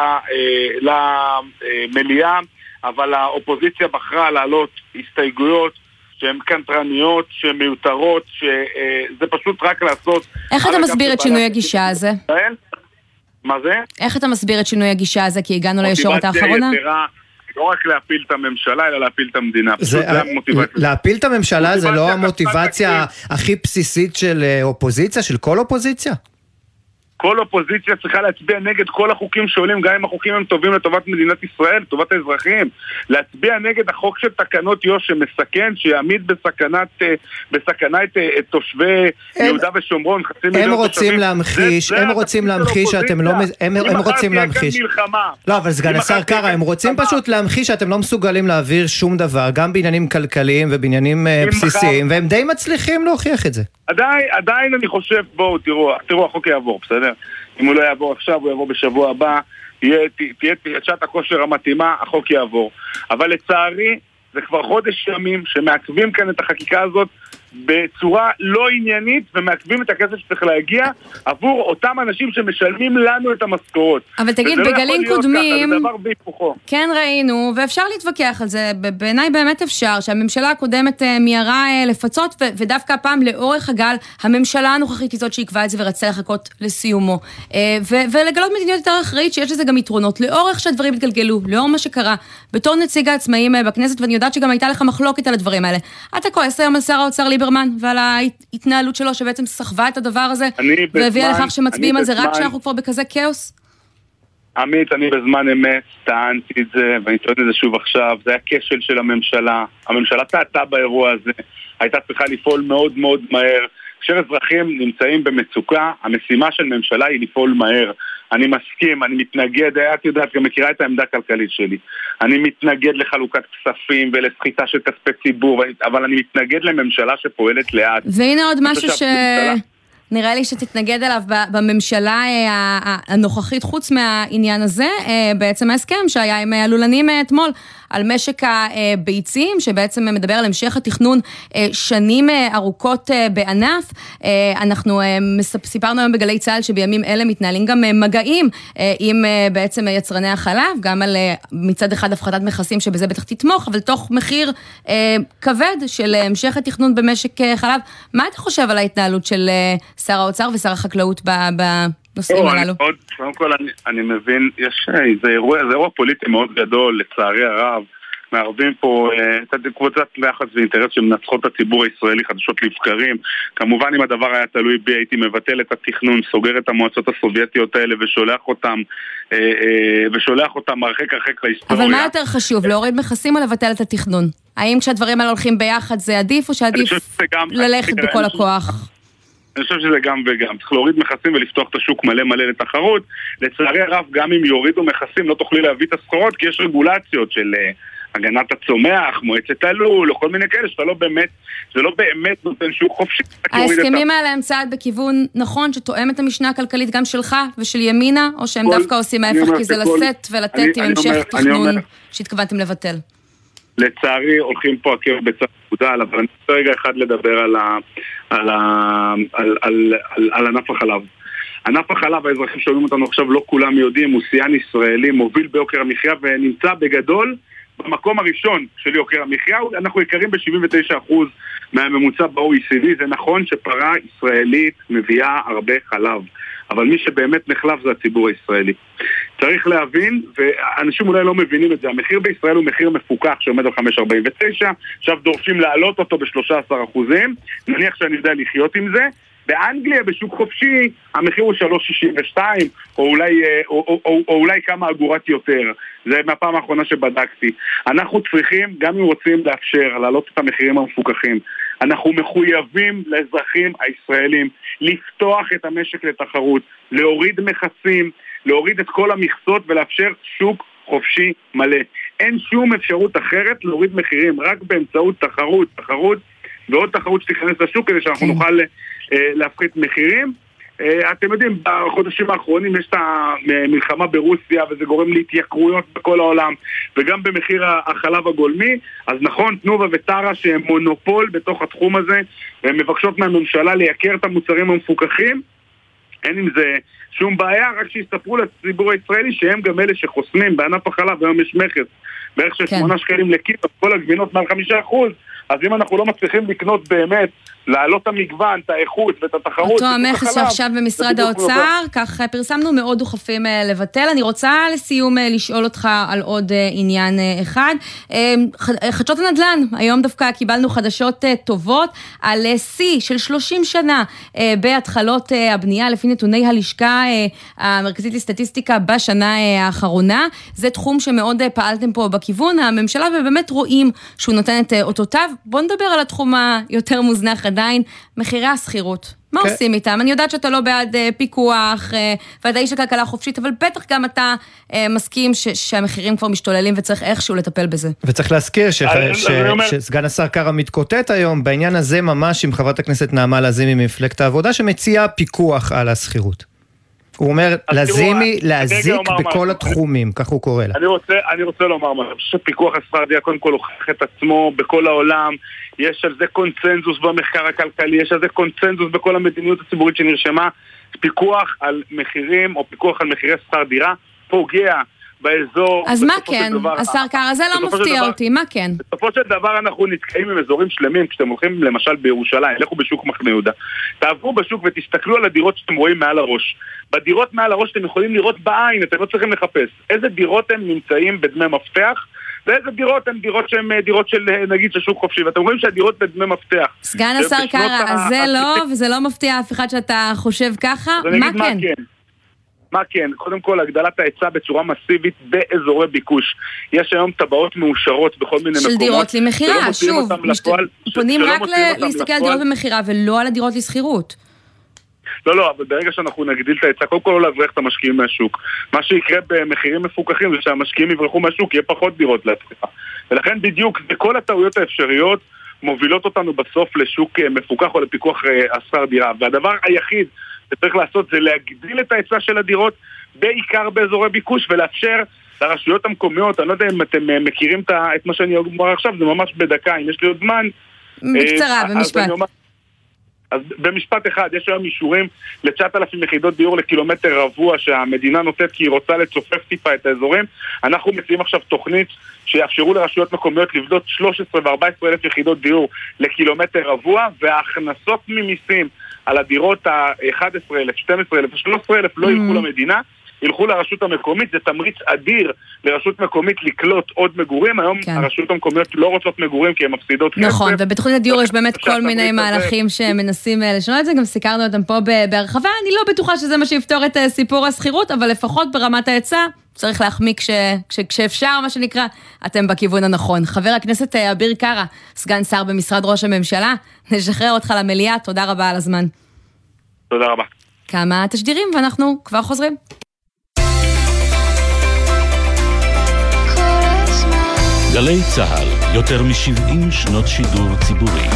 למליאה, אבל האופוזיציה בחרה להעלות הסתייגויות שהן קנטרניות, שהן מיותרות, שזה פשוט רק לעשות... איך אתה מסביר את שינוי הגישה הזה? מה זה? איך אתה מסביר את שינוי הגישה הזה? כי הגענו לישורת האחרונה? לא רק להפיל את הממשלה, אלא להפיל את המדינה. להפיל את הממשלה זה לא המוטיבציה הכי בסיסית של אופוזיציה, של כל אופוזיציה? כל אופוזיציה צריכה להצביע נגד כל החוקים שעולים, גם אם החוקים הם טובים לטובת מדינת ישראל, לטובת האזרחים. להצביע נגד החוק של תקנות יו"ש שמסכן, שיעמיד בסכנה את תושבי יהודה ושומרון, חצי מיליון תושבים. הם רוצים להמחיש שאתם לא... הם רוצים להמחיש. לא, אבל סגן השר קארה, הם רוצים פשוט להמחיש שאתם לא מסוגלים להעביר שום דבר, גם בעניינים כלכליים ובעניינים בסיסיים, והם די מצליחים להוכיח את זה. עדיין אני חושב, בואו, תראו, החוק יעבור, בסדר? אם הוא לא יעבור עכשיו, הוא יעבור בשבוע הבא, תהיה שעת הכושר המתאימה, החוק יעבור. אבל לצערי, זה כבר חודש ימים שמעכבים כאן את החקיקה הזאת בצורה לא עניינית, ומעכבים את הכסף שצריך להגיע עבור אותם אנשים שמשלמים לנו את המשכורות. אבל תגיד, בגלים קודמים, כן ראינו, ואפשר להתווכח על זה, בעיניי באמת אפשר, שהממשלה הקודמת מיירה לפצות, ודווקא הפעם לאורך הגל, הממשלה הנוכחית היא זאת שיקבע את זה ורצה לחכות לסיומו. ולגלות מדיניות יותר אחראית, שיש לזה גם יתרונות, לאורך שהדברים התגלגלו, לאור מה שקרה, בתור נציג העצמאים בכנסת, ואני יודעת שגם הייתה לך מחלוקת על הדברים האלה. אתה כועס היום על שר האוצר ליברמן ועל ההתנהלות שלו שבעצם סחבה את הדבר הזה והביאה לכך שמצביעים על זה רק כשאנחנו כבר בכזה כאוס? עמית, אני בזמן אמת טענתי את זה ואני טוען את זה שוב עכשיו. זה היה כשל של הממשלה. הממשלה טעתה באירוע הזה, הייתה צריכה לפעול מאוד מאוד מהר. כשאזרחים נמצאים במצוקה, המשימה של ממשלה היא לפעול מהר. אני מסכים, אני מתנגד, את יודעת, גם מכירה את העמדה הכלכלית שלי. אני מתנגד לחלוקת כספים ולסחיטה של כספי ציבור, אבל אני מתנגד לממשלה שפועלת לאט. והנה עוד משהו נראה לי שתתנגד אליו בממשלה הנוכחית, חוץ מהעניין הזה, בעצם ההסכם שהיה עם הלולנים אתמול, על משק הביצים, שבעצם מדבר על המשך התכנון שנים ארוכות בענף. אנחנו סיפרנו היום בגלי צהל שבימים אלה מתנהלים גם מגעים עם בעצם יצרני החלב, גם על מצד אחד הפחתת מכסים שבזה בטח תתמוך, אבל תוך מחיר כבד של המשך התכנון במשק חלב. מה אתה חושב על ההתנהלות של שר האוצר ושר החקלאות בנושאים הללו? קודם כל אני מבין, זה אירוע פוליטי מאוד גדול, לצערי הרב. מערבים פה את קבוצת לחץ ואינטרס שמנצחות את הציבור הישראלי חדשות לבקרים. כמובן אם הדבר היה תלוי בי הייתי מבטל את התכנון, סוגר את המועצות הסובייטיות האלה ושולח אותם הרחק להיסטוריה. אבל מה יותר חשוב, להוריד מכסים או לבטל את התכנון? האם כשהדברים האלה הולכים ביחד זה עדיף או שעדיף ללכת בכל הכוח? אני חושב שזה גם וגם. צריך להוריד מכסים ולפתוח את השוק מלא לתחרות. לצערי הרב, גם אם יורידו מכסים, לא תוכלי להביא את הסחורות, כי יש רגולציות של הגנת הצומח, מועצת הלול, או כל מיני כאלה, זה לא באמת נותן שוק חופשי. ההסכמים האלה הם צעד בכיוון נכון, שתואם את המשנה הכלכלית גם שלך ושל ימינה, או שהם דווקא עושים ההפך, כי זה לשאת ולתת עם המשך תכנון שהתכוונתם לבטל? לצערי הולכים פה עקב בצד מודל, אבל אני רוצה רגע אחד לדבר על ענף החלב. ענף החלב, האזרחים שומעים אותנו עכשיו, לא כולם יודעים, הוא שיאן ישראלי, מוביל ביוקר המחיה ונמצא בגדול במקום הראשון של יוקר המחיה. אנחנו יקרים ב-79% מהממוצע ב-OECD. זה נכון שפרה ישראלית מביאה הרבה חלב, אבל מי שבאמת נחלב זה הציבור הישראלי. צריך להבין, ואנשים אולי לא מבינים את זה, המחיר בישראל הוא מחיר מפוקח שעומד על 5.49, עכשיו דורשים להעלות אותו ב-13%, נניח שאני יודע לחיות עם זה. באנגליה בשוק חופשי המחיר הוא 3.62 או אולי כמה אגורת יותר. זה מהפעם האחרונה שבדקתי. אנחנו צריכים, גם אם רוצים לאפשר להעלות את המחירים המפוקחים, אנחנו מחויבים לאזרחים הישראלים לפתוח את המשק לתחרות, להוריד מכסים, להוריד את כל המכסות ולאפשר שוק חופשי מלא. אין שום אפשרות אחרת להוריד מחירים, רק באמצעות תחרות ועוד תחרות שתיכנס לשוק כדי שאנחנו נוכל להפחית מחירים. אתם יודעים, בחודשים האחרונים יש את המלחמה ברוסיה וזה גורם להתייקרויות בכל העולם וגם במחיר החלב הגולמי. אז נכון, תנובה וטרה שהם מונופול בתוך התחום הזה והם מבקשות מהממשלה לייקר את המוצרים המפוקחים. אין עם זה שום בעיה, רק שיספרו לציבור הישראלי שהם גם אלה שחוסמים בענף החלב. היום יש מכס בערך של 8 שקלים לקילו, כל הגבינות מעל 5%. אז אם אנחנו לא מצליחים לקנות באמת, להעלות את המגוון, את האיכות ואת התחרות... אותו המכס שעכשיו במשרד האוצר, כך פרסמנו מאוד דוחפים לבטל. אני רוצה לסיום לשאול אותך על עוד עניין אחד. חדשות הנדל"ן, היום דווקא קיבלנו חדשות טובות על שיא של 30 שנה בהתחלות הבנייה, לפי נתוני הלשכה המרכזית לסטטיסטיקה בשנה האחרונה. זה תחום שמאוד פעלתם פה בכיוון הממשלה, ובאמת רואים שהוא נותן את אותותיו. בוא נדבר על התחום היותר מוזנח עדיין, מחירי הסחירות. מה עושים איתם? אני יודעת שאתה לא בעד פיקוח, ואתה איש הכלכלה חופשית, אבל בטח גם אתה מסכים שהמחירים כבר משתוללים וצריך איכשהו לטפל בזה. וצריך להזכיר שסגן השר קרא מתקוטט היום, בעניין הזה ממש עם חברת הכנסת נעמה לזימי ממפלגת העבודה, שמציעה פיקוח על הסחירות. הוא אומר, לזימי להזיק בכל התחומים, כך הוא קורא לה. אני רוצה לומר משהו, שפיקוח השכר דירה קודם כל הוכח את עצמו בכל העולם, יש על זה קונצנזוס במחקר הכלכלי, יש על זה קונצנזוס בכל המדיניות הציבורית שנרשמה. פיקוח על מחירים או פיקוח על מחירי שכר דירה פוגע באזור. אז מה כן? השר קרא, זה לא מפתיע אותי, מה כן? בסופו של דבר אנחנו נתקעים עם אזורים שלמים, כשאתם הולכים למשל בירושלים, לכו בשוק מחנה יהודה, תעברו בשוק ותסתכלו על הדירות שאתם רואים מעל הראש. בדירות מעל הראש אתם יכולים לראות בעין, אתם לא צריכים לחפש. איזה דירות הם נמצאים בדמי מפתח, ואיזה דירות הן דירות שהן דירות של נגיד של שוק חופשי, ואתם רואים שהדירות בדמי מפתח. סגן השר קרא, אז זה לא, וזה לא מפתיע אף אחד שאתה חושב ככה, מה כן? מה כן? קודם כל, הגדלת ההיצע בצורה מסיבית באזורי ביקוש. יש היום טבעות מאושרות בכל מיני מקומות. של דירות למחירה, שוב. פונים רק להסתכל על דירות במחירה ולא על הדירות לסחירות. לא, אבל ברגע שאנחנו נגדיל את ההיצע, קודם כל לא להברח את המשקיעים מהשוק. מה שיקרה במחירים מפוקחים זה שהמשקיעים יברחו מהשוק, יהיה פחות דירות להצליחה. ולכן בדיוק, בכל הטעויות האפשריות מובילות אותנו בסוף לשוק מפוקח או לפיקוח השכר דירה. והדבר היחיד שצריך לעשות זה להגדיל את ההיצע של הדירות בעיקר באזורי ביקוש ולאפשר לרשויות המקומיות, אני לא יודע אם אתם מכירים את מה שאני אומר עכשיו, זה ממש בדקה, אם יש לי עוד זמן. בקצרה, במשפט. אז במשפט אחד, יש היום אישורים ל-9,000 יחידות דיור לקילומטר רבוע שהמדינה נותנת כי היא רוצה לצופף טיפה את האזורים. אנחנו מציעים עכשיו תוכנית שיאפשרו לרשויות מקומיות לבדות 13 ו-14 אלף יחידות דיור לקילומטר רבוע, וההכנסות ממיסים על הדירות ה-11,000, 12,000 ו-13,000 לא ילכו למדינה, ילכו לרשות המקומית, זה תמריץ אדיר לרשות מקומית לקלוט עוד מגורים. היום הרשות המקומיות לא רוצות מגורים כי הן מפסידות כסף. נכון, ובתוכנית הדיור יש באמת כל מיני מהלכים שמנסים לשנות את זה, גם סיקרנו אותם פה בהרחבה. אני לא בטוחה שזה מה שיפתור את סיפור הסחירות, אבל לפחות ברמת ההיצע צריך להחמיא כשאפשר, מה שנקרא, אתם בכיוון הנכון. חבר הכנסת אביר קארה, סגן שר במשרד ראש הממשלה, נשחרר אותך למליאה, תודה רבה על הזמן. תודה רבה. כמה תשדירים ואנחנו כבר חוזרים. גלי צהל, יותר מ-70 שנות שידור ציבורי.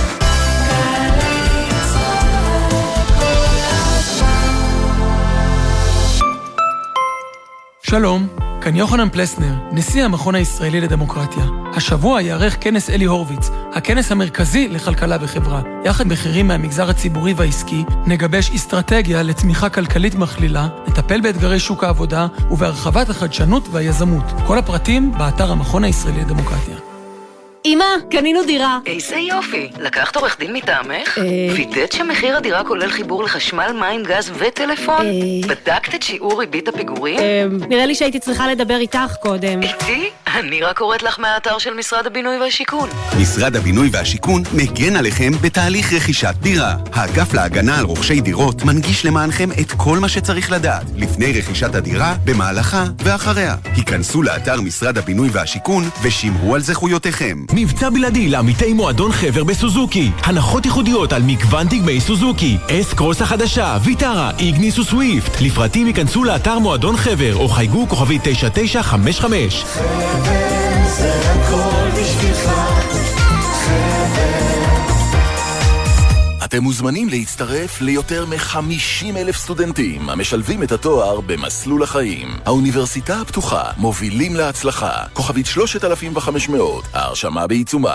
שלום, כאן יוחנן פלסנר, נשיא המכון הישראלי לדמוקרטיה. השבוע יערך כנס אלי הורביץ, הכנס המרכזי לכלכלה וחברה. יחד בכירים מהמגזר הציבורי והעסקי, נגבש אסטרטגיה לצמיחה כלכלית מכלילה, נטפל באתגרי שוק העבודה ובהרחבת החדשנות והיזמות. כל הפרטים באתר המכון הישראלי לדמוקרטיה. אמא, קנינו דירה. איזה יופי. לקחת עורך דין מטעמך? וידאת שמחיר הדירה כולל חיבור לחשמל, מים, גז וטלפון? בדקת את שיעור ריבית הפיגורים? נראה לי שהייתי צריכה לדבר איתך קודם. איתי? אני רק קוראת לך מהאתר של משרד הבינוי והשיכון. משרד הבינוי והשיכון מגן עליכם בתהליך רכישת דירה. האגף להגנה על רוכשי דירות מנגיש למענכם את כל מה שצריך לדעת לפני רכישת הדירה, במהלכה ואחריה. היכנסו לאתר משרד הבינוי והשיכון ושמרו על זכויותיכם. מבצע בלעדי לעמיתי מועדון חבר בסוזוקי. הנחות ייחודיות על מגוון דגמי סוזוקי. אס-קרוס החדשה, ויטרה, איגניס וסוויפט. לפרטים ייכנסו לאתר מועדון חבר או חייגו כוכבי 9955. חבר זה הכל בשבילך. אתם מוזמנים להצטרף ליותר מ-50,000 סטודנטים המשלבים את התואר במסלול החיים. האוניברסיטה הפתוחה, מובילים להצלחה. כוכבית 3500, ההרשמה בעיצומה.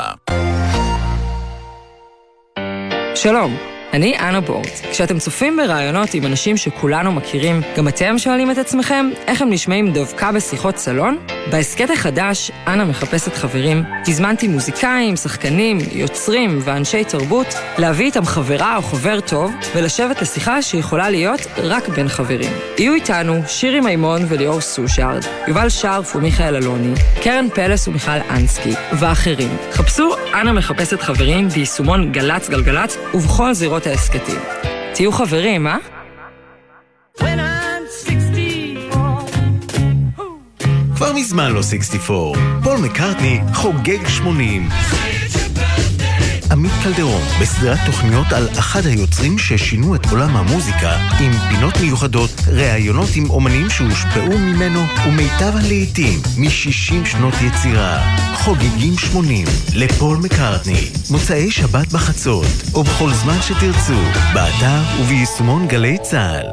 שלום, אני אנה בורט. כשאתם צופים ברעיונות עם אנשים שכולנו מכירים, גם אתם שואלים את עצמכם איך הם נשמעים דווקא בשיחות סלון? בהסקט החדש, אנה מחפשת חברים, הזמנתי מוזיקאים, שחקנים, יוצרים ואנשי תרבות להביא איתם חברה או חבר טוב ולשבת לשיחה שיכולה להיות רק בין חברים. יהיו איתנו שירי מימון וליאור סושארד, יובל שרף ומיכאל אלוני, קרן פלס ומיכל אנסקי ואחרים. חפשו אנה מחפשת חברים ביישומון גלץ גלגלץ ובכל זירות העסקתים. תהיו חברים, אה? כבר מזמן לא 64. פול מקרטני חוגג 80. עמית קלדרון בסדרת תוכניות על אחד היוצרים ששינו את עולם המוזיקה, עם פינות מיוחדות, ראיונות עם אומנים שהושפעו ממנו ומיטב הלעיתים מ-60 שנות יצירה. חוגגים 80 לפול מקרטני, מוצאי שבת בחצות או בכל זמן שתרצו, באתר וביישומון גלי צהל.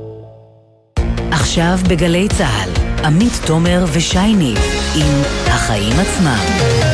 עכשיו בגלי צהל, עמית תומר ושי ניב עם החיים עצמם.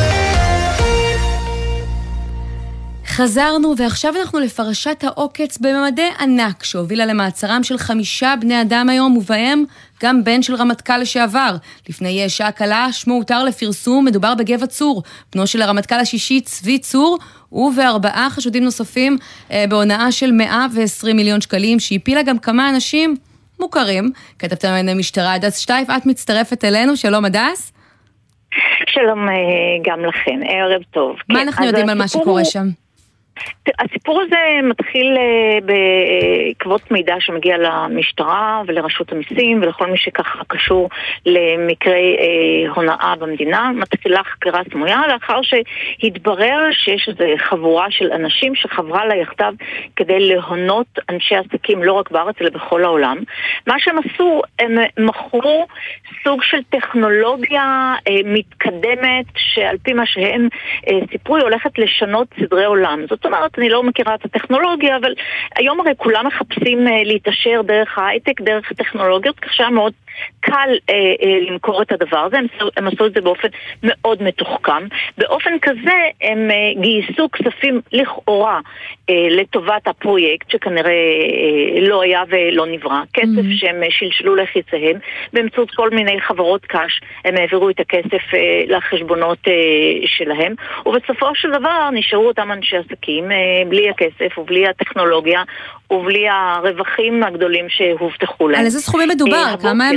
חזרנו ועכשיו אנחנו לפרשת העוקץ בממדי ענק שהובילה למעצרם של 5 בני אדם היום ובהם גם בן של רמטכ"ל לשעבר. לפני שעה קלה שמו הותר לפרסום, מדובר בגבע צור, בנו של הרמטכ"ל השישי צבי צור, ו4 חשודים נוספים בהונאה של 120 מיליון שקלים שהפילה גם כמה אנשים מוכרים. כתבתם עלינו המשטרה, הדס שטייף, את מצטרפת אלינו, שלום הדס. שלום גם לכן, ערב טוב. מה אנחנו יודעים על מה שקורה שם? הסיפור הזה מתחיל בעקבות מידע שמגיע למשטרה ולרשות המיסים ולכל מי שככה קשור למקרי הונאה במדינה. מתחילה חקירה סמויה לאחר שהתברר שיש איזו חבורה של אנשים שחברה לה יחדיו כדי להונות אנשי עסקים לא רק בארץ אלא בכל העולם. מה שהם עשו, הם מכרו סוג של טכנולוגיה מתקדמת שעל פי מה שהם סיפרו היא הולכת לשנות סדרי עולם. זאת אומרת, אני לא מכירה את הטכנולוגיה, אבל היום הרי כולם מחפשים להתאשר דרך ההייטק, דרך הטכנולוגיות, כך שהיה מאוד קל למכור את הדבר הזה. הם עשו את זה באופן מאוד מתוחכם. באופן כזה הם גייסו כספים לכאורה לטובת הפרויקט, שכנראה לא היה ולא נברא. כסף שהם שלשלו לחיציהם, באמצעות כל מיני חברות קש, הם העבירו את הכסף לחשבונות שלהם, ובסופו של דבר נשארו אותם אנשי עסקים בלי הכסף ובלי הטכנולוגיה ובלי הרווחים הגדולים שהובטחו להם. על איזה סכומים מדובר? כמה הם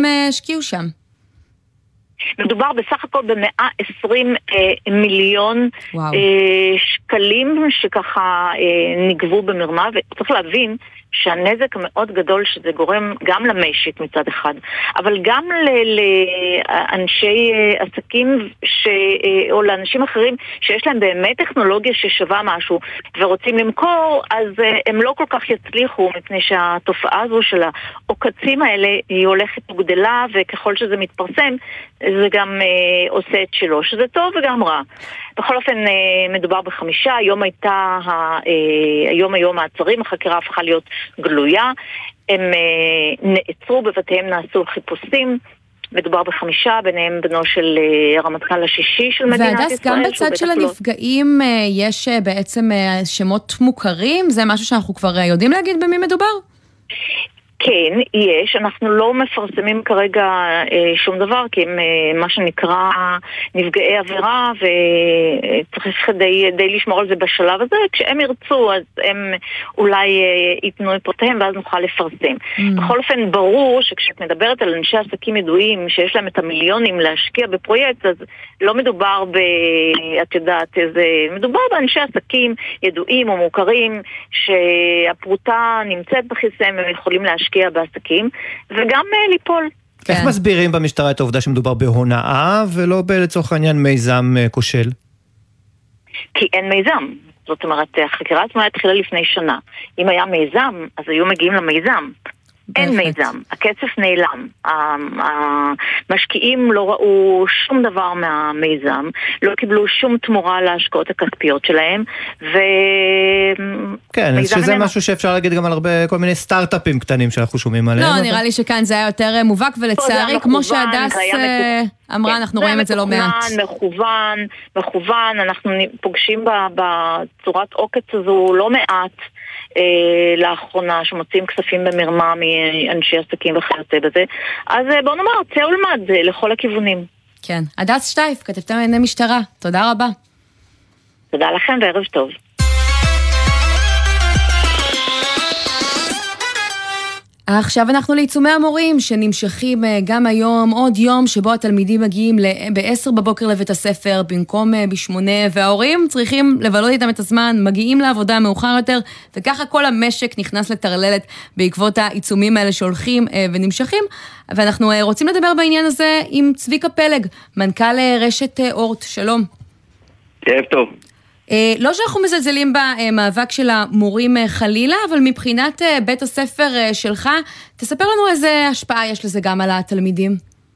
הם השקיעו שם? מדובר בסך הכל ב120 מיליון שקלים שככה נגבו במרמה, וצריך להבין שהנזק המאוד גדול שזה גורם גם למשק מצד אחד, אבל גם לאנשי עסקים או לאנשים אחרים שיש להם באמת טכנולוגיה ששווה משהו ורוצים למכור, אז הם לא כל כך יצליחו, מפני שהתופעה הזו של העוקצים האלה היא הולכת וגדלה, וככל שזה מתפרסם זה גם עושה את שלו, שזה טוב וגם רע. בכל אופן מדובר ב5, היום העצרים, החקירה הפכה להיות גלויה, הם נעצרו בבתיהם, נעשו חיפושים, מדובר ב5, ביניהם בנו של הרמטכ"ל השישי של מדינת ישראל. והדס, גם בצד של הנפגעים יש בעצם שמות מוכרים? זה משהו שאנחנו כבר יודעים להגיד במי מדובר? כן, יש. אנחנו לא מפרסמים כרגע שום דבר, כי הם מה שנקרא נפגעי עבירה, וצריך די לשמור על זה בשלב הזה. כשהם ירצו, אז הם אולי ייתנו את פרטיהם, ואז נוכל לפרסם. בכל אופן, ברור שכשאת מדברת על אנשי עסקים ידועים, שיש להם את המיליונים להשקיע בפרויקט, אז לא מדובר את יודעת, מדובר באנשי עסקים ידועים או מוכרים, שהפרוטה נמצאת בכיסם, והם יכולים להשקיע בעסקים, וגם ליפול. איך מסבירים במשטרה את העובדה שמדובר בהונאה, ולא לצורך העניין מיזם כושל? כי אין מיזם. זאת אומרת, החקירה עצמה התחילה לפני שנה. אם היה מיזם, אז היו מגיעים למיזם. אין מיזם, הכסף נעלם, המשקיעים לא ראו שום דבר מהמיזם, לא קיבלו שום תמורה להשקעות הכספיות שלהם, כן, שזה משהו שאפשר להגיד גם על הרבה כל מיני סטארט-אפים קטנים שאנחנו שומעים עליהם. לא, נראה לי שכאן זה היה יותר מובהק, ולצערי, כמו שהדס אמרה, אנחנו רואים את זה לא מעט. מכוון, אנחנו פוגשים בצורת עוקץ הזו לא מעט, לאחרונה שמוצאים כספים במרמה מאנשי עסקים וכיוצא בזה, אז בוא נאמר, צא ולמד לכל הכיוונים. כן, הדס שטייף, כתבתם מענייני משטרה, תודה רבה. תודה לכם וערב טוב. עכשיו אנחנו לעיצומי המורים שנמשכים גם היום, עוד יום שבו התלמידים מגיעים ב-10 בבוקר לבית הספר במקום ב8, וההורים צריכים לבלות איתם את הזמן, מגיעים לעבודה מאוחר יותר, וככה כל המשק נכנס לטרללת בעקבות העיצומים האלה שהולכים ונמשכים, ואנחנו רוצים לדבר בעניין הזה עם צביקה פלג, מנכ"ל רשת אורט. שלום. ערב טוב. לא שאנחנו מזלזלים במאבק של המורים חלילה, אבל מבחינת בית הספר שלך, תספר לנו איזה השפעה יש לזה גם על התלמידים.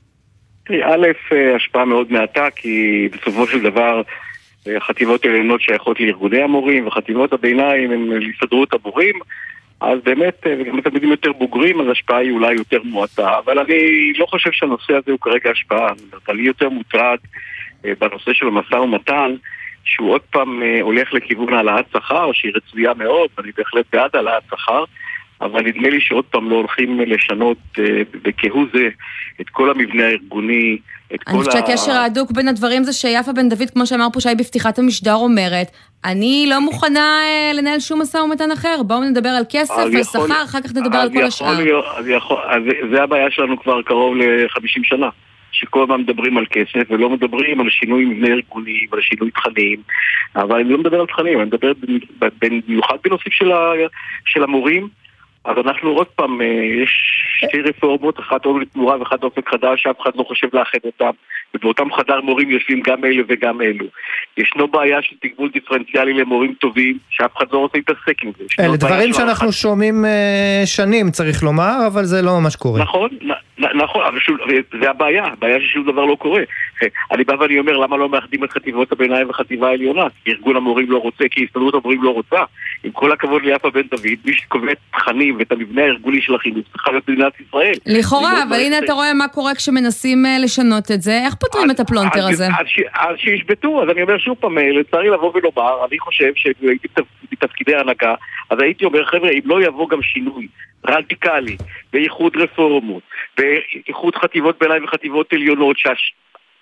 א', השפעה מאוד מעטה, כי בסופו של דבר חטיבות העליונות שייכות לארגוני המורים, וחטיבות הביניים הם להסתדרות המורים, אז באמת, וגם התלמידים יותר בוגרים, אז השפעה היא אולי יותר מועטה, אבל אני לא חושב שהנושא הזה הוא כרגע השפעה, אני יותר מוטרד בנושא של המשא ומתן, שהוא עוד פעם הולך לכיוון העלאת שכר, שהיא רצויה מאוד, ואני בהחלט בעד העלאת שכר, אבל נדמה לי שעוד פעם לא הולכים לשנות בכהוא זה את כל המבנה הארגוני, אני חושבת שהקשר ההדוק בין הדברים זה שיפה בן דוד, כמו שאמר פה שי בפתיחת המשדר, אומרת, אני לא מוכנה לנהל שום משא ומתן אחר, בואו נדבר על כסף, על שכר, אחר כך נדבר על כל השאר. זה הבעיה שלנו כבר קרוב ל50 שנה. שכל הזמן מדברים על כסף ולא מדברים על שינוי מבנה ארגוני ועל שינוי תכנים, אבל אני לא מדבר על תכנים, אני מדבר במיוחד בנושאים של המורים. אז אנחנו עוד פעם, יש שתי רפורמות, אחת אופק תמורה ואחת אופק חדש, שאף אחד לא חושב לאחד אותם, ובאותם חדר מורים יושבים גם אלו וגם אלו. ישנו בעיה של תגמול דיפרנציאלי למורים טובים, שאף אחד לא רוצה להתעסק עם זה. אלה דברים שאנחנו שומעים שנים, צריך לומר, אבל זה לא ממש קורה. נכון, אבל זה הבעיה ששום דבר לא קורה. אני בא ואני אומר, למה לא מאחדים את חטיבות הביניים וחטיבה העליונה? כי ארגון המורים לא רוצה, כי הסתדרות המורים לא רוצה. עם כל הכבוד ליפה בן דוד, מי שקובע את תכנים ואת המבנה הארגוני של החינוך צריכה להיות מדינת ישראל. לכאורה, אבל הנה אתה רואה מה קורה כשמנסים לשנות את זה. איך פותרים את הפלונטר הזה? אז שישבטו, אז אני אומר שוב פעם, לצערי לבוא ולומר, אני חושב שהייתי בתפקידי ההנהגה, אז הייתי אומר, חבר'ה, אם לא יבוא גם שינוי רדיקלי, בייחוד רפורמות, בייחוד חטיבות ביניים וחטיבות עליונות,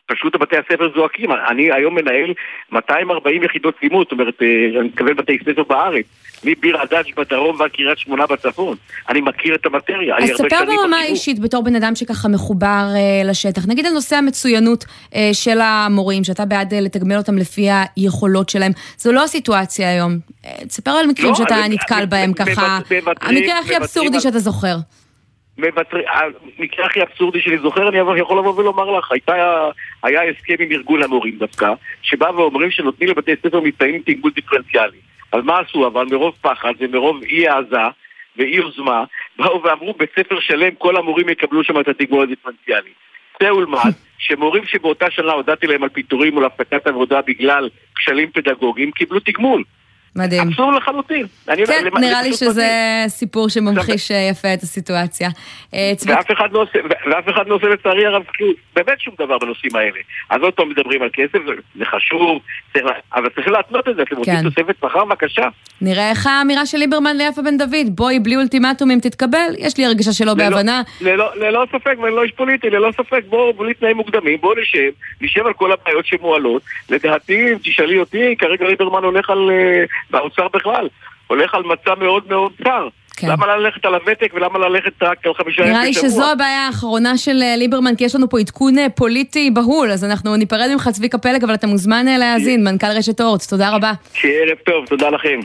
פשוט בתי הספר זועקים. אני היום מנהל 240 יחידות לימוד, זאת אומרת, אני מתכוון בתי ספר בארץ, מביר הדאג' בדרום ועד קריית שמונה בצפון. אני מכיר את המטריה. אז ספר ברמה אישית, בתור בן אדם שככה מחובר לשטח. נגיד על נושא המצוינות של המורים, שאתה בעד לתגמל אותם לפי היכולות שלהם. זו לא הסיטואציה היום. תספר על מקרים שאתה נתקל בהם ככה. המקרה הכי אבסורדי שאתה זוכר. המקרה הכי אבסורדי שאני זוכר, אני יכול לבוא ולומר לך, היה הסכם עם ארגון המורים דווקא, שבא ואומרים שנותנים לבתי ספר מבצעים תגמול דיפרנציאלי. אז מה עשו? אבל מרוב פחד ומרוב אי העזה ואי יוזמה, באו ואמרו בית ספר שלם, כל המורים יקבלו שם את התגמול הדיפרנציאלי. זה ולמד, שמורים שבאותה שנה הודעתי להם על פיטורים או להפסקת עבודה בגלל כשלים פדגוגיים, קיבלו תגמול. מדהים. אבסור לחלוטין. כן, נראה לי שזה סיפור שממחיש יפה את הסיטואציה. ואף אחד לא עושה לצערי הרב באמת שום דבר בנושאים האלה. אז עוד פעם מדברים על כסף, זה חשוב, אבל צריך להתנות את זה, אתם רוצים תוספת שכר בבקשה. נראה איך האמירה של ליברמן ליפה בן דוד, בואי בלי אולטימטומים תתקבל, יש לי הרגשה שלא בהבנה. ללא ספק, ואני לא איש פוליטי, ללא ספק, בואו בלי תנאים מוקדמים, בואו נשב על כל הבעיות שמועלות. לדעתי, תשאלי אותי, כרגע ליברמן הולך על באוצר בכלל, הולך על מצע מאוד מאוד צר. למה ללכת על הוותק ולמה ללכת רק על 5 ימים בשבוע? נראה לי שזו הבעיה האחרונה של ליברמן, כי יש לנו פה עדכון פוליטי בהול, אז אנחנו ניפרד ממך צביקה פלג, אבל אתה מוזמן להאזין, מנכ"ל רשת אורט, תודה רבה. שערב טוב, תודה לכם.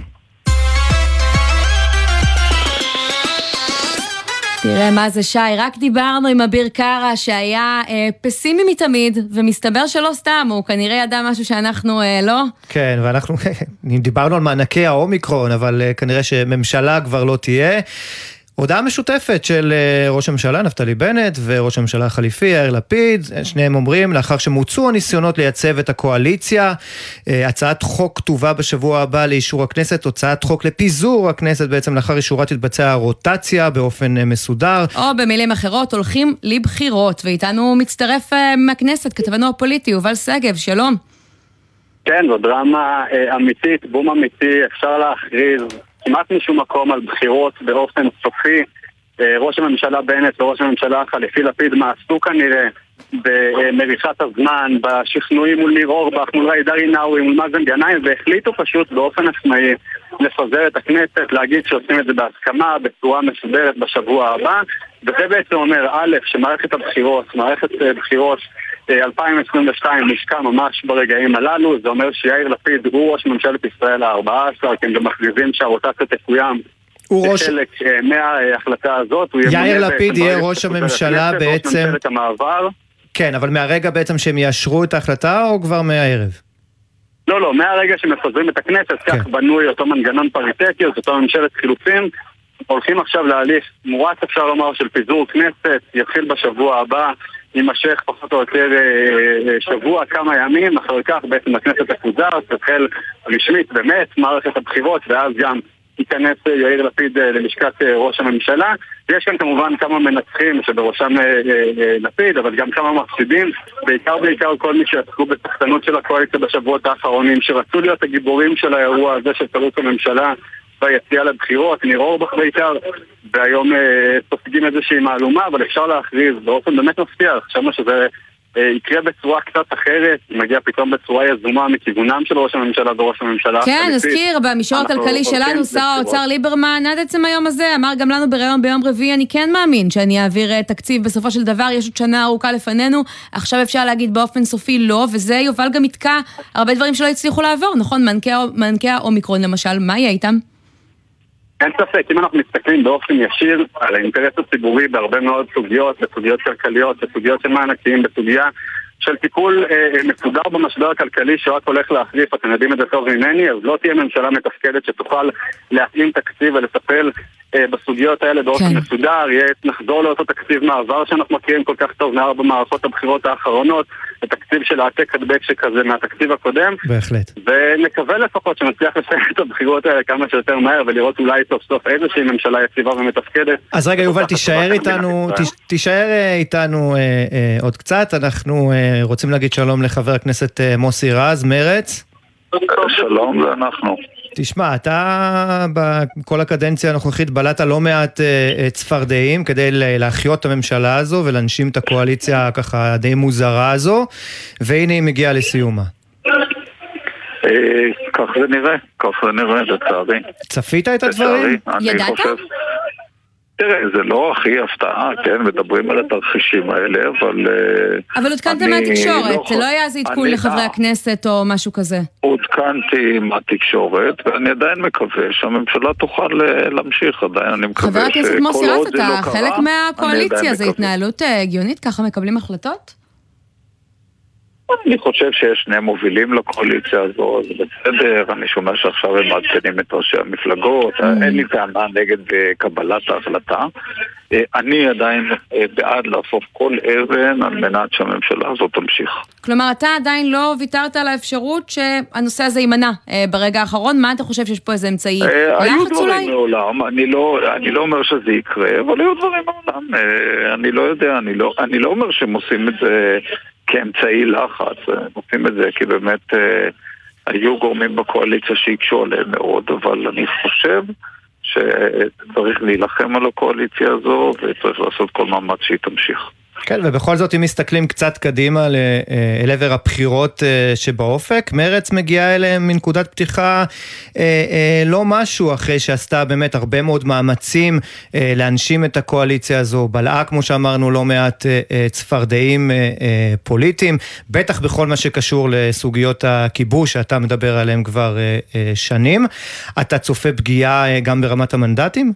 תראה מה זה שי, רק דיברנו עם אביר קארה שהיה פסימי מתמיד, ומסתבר שלא סתם, הוא כנראה ידע משהו שאנחנו לא. כן, ואנחנו דיברנו על מענקי האומיקרון, אבל כנראה שממשלה כבר לא תהיה. הודעה משותפת של ראש הממשלה נפתלי בנט וראש הממשלה החליפי יאיר לפיד, שניהם אומרים לאחר שמוצאו הניסיונות לייצב את הקואליציה, הצעת חוק כתובה בשבוע הבא לאישור הכנסת, הצעת חוק לפיזור הכנסת, בעצם לאחר אישורה תתבצע הרוטציה באופן מסודר. או במילים אחרות הולכים לבחירות, ואיתנו מצטרף מהכנסת כתבנו הפוליטי יובל שגב, שלום. כן, זו דרמה אמיתית, בום אמיתי, אפשר להכריז כמעט משום מקום על בחירות באופן סופי. ראש הממשלה בנט וראש הממשלה החליפי לפיד מעשו כנראה במריחת הזמן, בשכנועים מול ניר אורבך, מול ראיד רינאוי, מול מאזן גנאים, והחליטו פשוט באופן עצמאי לפזר את הכנסת, להגיד שעושים את זה בהסכמה, בצורה מסודרת בשבוע הבא, וזה בעצם אומר א', שמערכת הבחירות, מערכת בחירות 2022 נשקע ממש ברגעים הללו. זה אומר שיאיר לפיד הוא ראש ממשלת ישראל ה-14, כי הם גם מכריזים שהרוטציה תקוים חלק מההחלטה הזאת. יאיר לפיד יהיה ראש הממשלה בעצם... כן, אבל מהרגע בעצם שהם יאשרו את ההחלטה או כבר מהערב? לא, מהרגע שמפזרים את הכנסת, כך בנוי אותו מנגנון פריטטיות, אותו ממשלת חילופים. הולכים עכשיו להליך מורץ, אפשר לומר, של פיזור כנסת, יתחיל בשבוע הבא, יימשך פחות או יותר שבוע, כמה ימים, אחר כך בעצם הכנסת תפוזר, תתחיל רשמית באמת מערכת הבחירות, ואז גם ייכנס יאיר לפיד ללשכת ראש הממשלה. יש כאן כמובן כמה מנצחים שבראשם לפיד, אבל גם כמה מפסידים, בעיקר כל מי שעסקו בתחתנות של הקואליציה בשבועות האחרונים, שרצו להיות הגיבורים של האירוע הזה של פירוק הממשלה ביציאה לבחירות, ניר אורבך בעיקר, והיום סופגים איזושהי מעלומה, אבל אפשר להכריז באופן באמת מפתיע. חשבנו שזה יקרה בצורה קצת אחרת, מגיע פתאום בצורה יזומה מכיוונם של ראש הממשלה וראש הממשלה. כן, נזכיר, במישור הכלכלי שלנו, שר האוצר ליברמן, עד עצם היום הזה, אמר גם לנו בראיון ביום רביעי, אני כן מאמין שאני אעביר תקציב בסופו של דבר, יש עוד שנה ארוכה לפנינו, עכשיו אפשר להגיד באופן סופי לא, וזה יובל גם יתקע הרבה דברים שלא הצליחו לעבור, נכון? מענקי האומיקרון למשל, מה יהיה איתם? אין ספק, אם אנחנו מסתכלים באופן ישיר על האינטרס הציבורי בהרבה מאוד סוגיות, בסוגיות כלכליות, בסוגיות של מענקים, בסוגיה של טיפול מסודר במשבר הכלכלי שרק הולך להחריף, אתם יודעים את זה טוב ממני, אז לא תהיה ממשלה מתפקדת שתוכל להתאים תקציב ולטפל בסוגיות האלה באופן מסודר, נחזור לאותו תקציב מעבר שאנחנו מכירים כל כך טוב מארבע מערכות הבחירות האחרונות, לתקציב של העתק הדבק שכזה מהתקציב הקודם. בהחלט. ונקווה לפחות שנצליח לסיים את הבחירות האלה כמה שיותר מהר, ולראות אולי סוף סוף איזושהי ממשלה יציבה ומתפקדת. אז רגע יובל, תישאר איתנו עוד קצת, אנחנו רוצים להגיד שלום לחבר הכנסת מוסי רז, מרץ. שלום, ואנחנו. תשמע, אתה בכל הקדנציה הנוכחית בלעת לא מעט צפרדעים כדי להחיות את הממשלה הזו ולהנשים את הקואליציה ככה די מוזרה הזו, והנה היא מגיעה לסיומה. כך זה נראה, לצערי. צפית את הדברים? ידעת? תראה, זה לא הכי הפתעה, כן, מדברים על התרחישים האלה, אבל עודכנתם מהתקשורת, זה לא היה איזה עדכון לחברי הכנסת או משהו כזה. עודכנתי מהתקשורת, ואני עדיין מקווה שהממשלה תוכל להמשיך, עדיין אני מקווה חבר הכנסת מוסי רז, אתה חלק מהקואליציה, זה התנהלות הגיונית, ככה מקבלים החלטות? אני חושב שיש שני מובילים לקואליציה הזו, זה בסדר, אני שומע שעכשיו הם מעדכנים את ראשי המפלגות, אין לי טענה נגד קבלת ההחלטה. אני עדיין בעד לאסוף כל אבן על מנת שהממשלה הזאת תמשיך. כלומר, אתה עדיין לא ויתרת על האפשרות שהנושא הזה יימנע ברגע האחרון, מה אתה חושב שיש פה איזה אמצעי? היו דברים מעולם, אני לא אומר שזה יקרה, אבל היו דברים מעולם. אני לא יודע, אני לא אומר שהם עושים את זה כאמצעי לחץ, עושים את זה כי באמת היו גורמים בקואליציה שיקשו עליהם מאוד, אבל אני חושב שצריך להילחם על הקואליציה הזו וצריך לעשות כל מאמץ שהיא תמשיך. כן, ובכל זאת אם מסתכלים קצת קדימה אל עבר הבחירות שבאופק, מרץ מגיעה אליהם מנקודת פתיחה לא משהו, אחרי שעשתה באמת הרבה מאוד מאמצים להנשים את הקואליציה הזו, בלעה כמו שאמרנו לא מעט צפרדעים פוליטיים, בטח בכל מה שקשור לסוגיות הכיבוש שאתה מדבר עליהם כבר שנים. אתה צופה פגיעה גם ברמת המנדטים?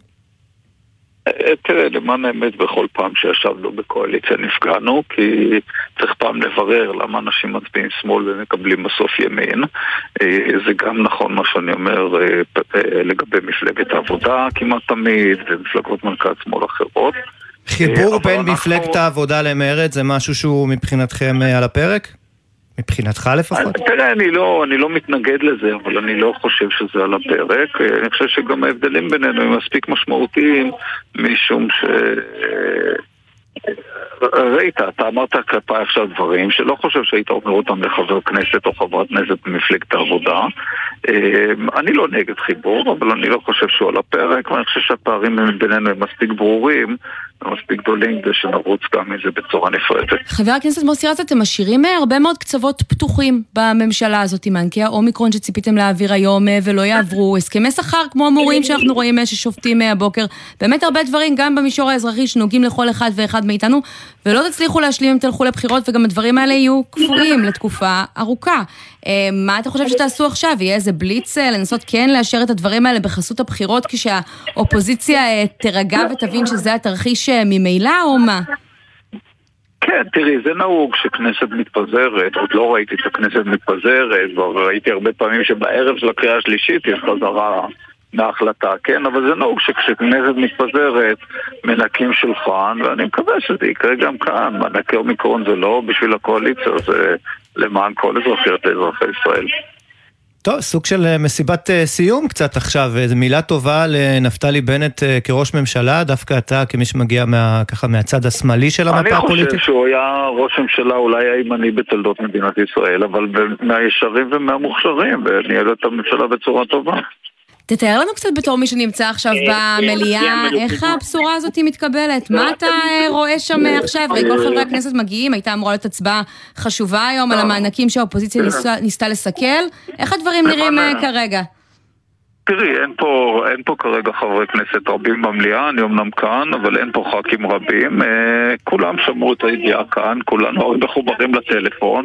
תראה, למען האמת בכל פעם שישבנו בקואליציה נפגענו, כי צריך פעם לברר למה אנשים מצביעים שמאל ומקבלים בסוף ימין. זה גם נכון מה שאני אומר לגבי מפלגת העבודה כמעט תמיד, ומפלגות מרכז שמאל אחרות. חיבור בין מפלגת העבודה למרד זה משהו שהוא מבחינתכם על הפרק? מבחינתך לפחות? תראה, אני לא מתנגד לזה, אבל אני לא חושב שזה על הפרק. אני חושב שגם ההבדלים בינינו הם מספיק משמעותיים, משום ראית, אתה אמרת כלפי עכשיו דברים שלא חושב שהיית אומר אותם לחבר כנסת או חברת כנסת במפלגת העבודה. אני לא נגד חיבור, אבל אני לא חושב שהוא על הפרק, ואני חושב שהפערים בינינו הם מספיק ברורים ומספיק גדולים כדי שנרוץ גם מזה בצורה נפרדת. חבר הכנסת מוסי רז, אתם משאירים הרבה מאוד קצוות פתוחים בממשלה הזאת, מענקי האומיקרון שציפיתם להעביר היום ולא יעברו, הסכמי שכר כמו המורים שאנחנו רואים ששופטים הבוקר, באמת הרבה דברים גם במישור האזרחי שנוגעים לכל אחד ואחד מאיתנו, ולא תצליחו להשלים אם תלכו לבחירות, וגם הדברים האלה יהיו קפואים לתקופה ארוכה. מה אתה חושב שתעשו עכשיו? יהיה איזה בליץ לנסות כן לאשר את הדברים האלה בחסות הבחירות, כשהאופוזיציה תרגע ותבין שזה התרחיש ממילא או מה? כן, תראי, זה נהוג שכנסת מתפזרת, עוד לא ראיתי את הכנסת מתפזרת, וראיתי הרבה פעמים שבערב של הקריאה השלישית יש חזרה מההחלטה, כן, אבל זה נהוג שכשכנסת מתפזרת מנקים שולחן, ואני מקווה שזה יקרה גם כאן. מנקי אומיקרון זה לא בשביל הקואליציה, זה למען כל אזרחי ישראל. טוב, סוג של מסיבת סיום קצת עכשיו, זו מילה טובה לנפתלי בנט כראש ממשלה, דווקא אתה כמי שמגיע ככה מהצד השמאלי של המפה הפוליטית. אני חושב שהוא היה ראש ממשלה אולי הימני בתולדות מדינת ישראל, אבל מהישרים ומהמוכשרים, וניהל את הממשלה בצורה טובה. תתאר לנו קצת בתור מי שנמצא עכשיו במליאה, איך הבשורה הזאת מתקבלת? מה אתה רואה שם עכשיו? הרי כל חברי הכנסת מגיעים, הייתה אמורה להיות הצבעה חשובה היום על המענקים שהאופוזיציה ניסתה לסכל. איך הדברים נראים כרגע? תראי, אין פה כרגע חברי כנסת רבים במליאה, אני אמנם כאן, אבל אין פה ח"כים רבים. כולם שמעו את הידיעה כאן, כולנו מחוברים לטלפון,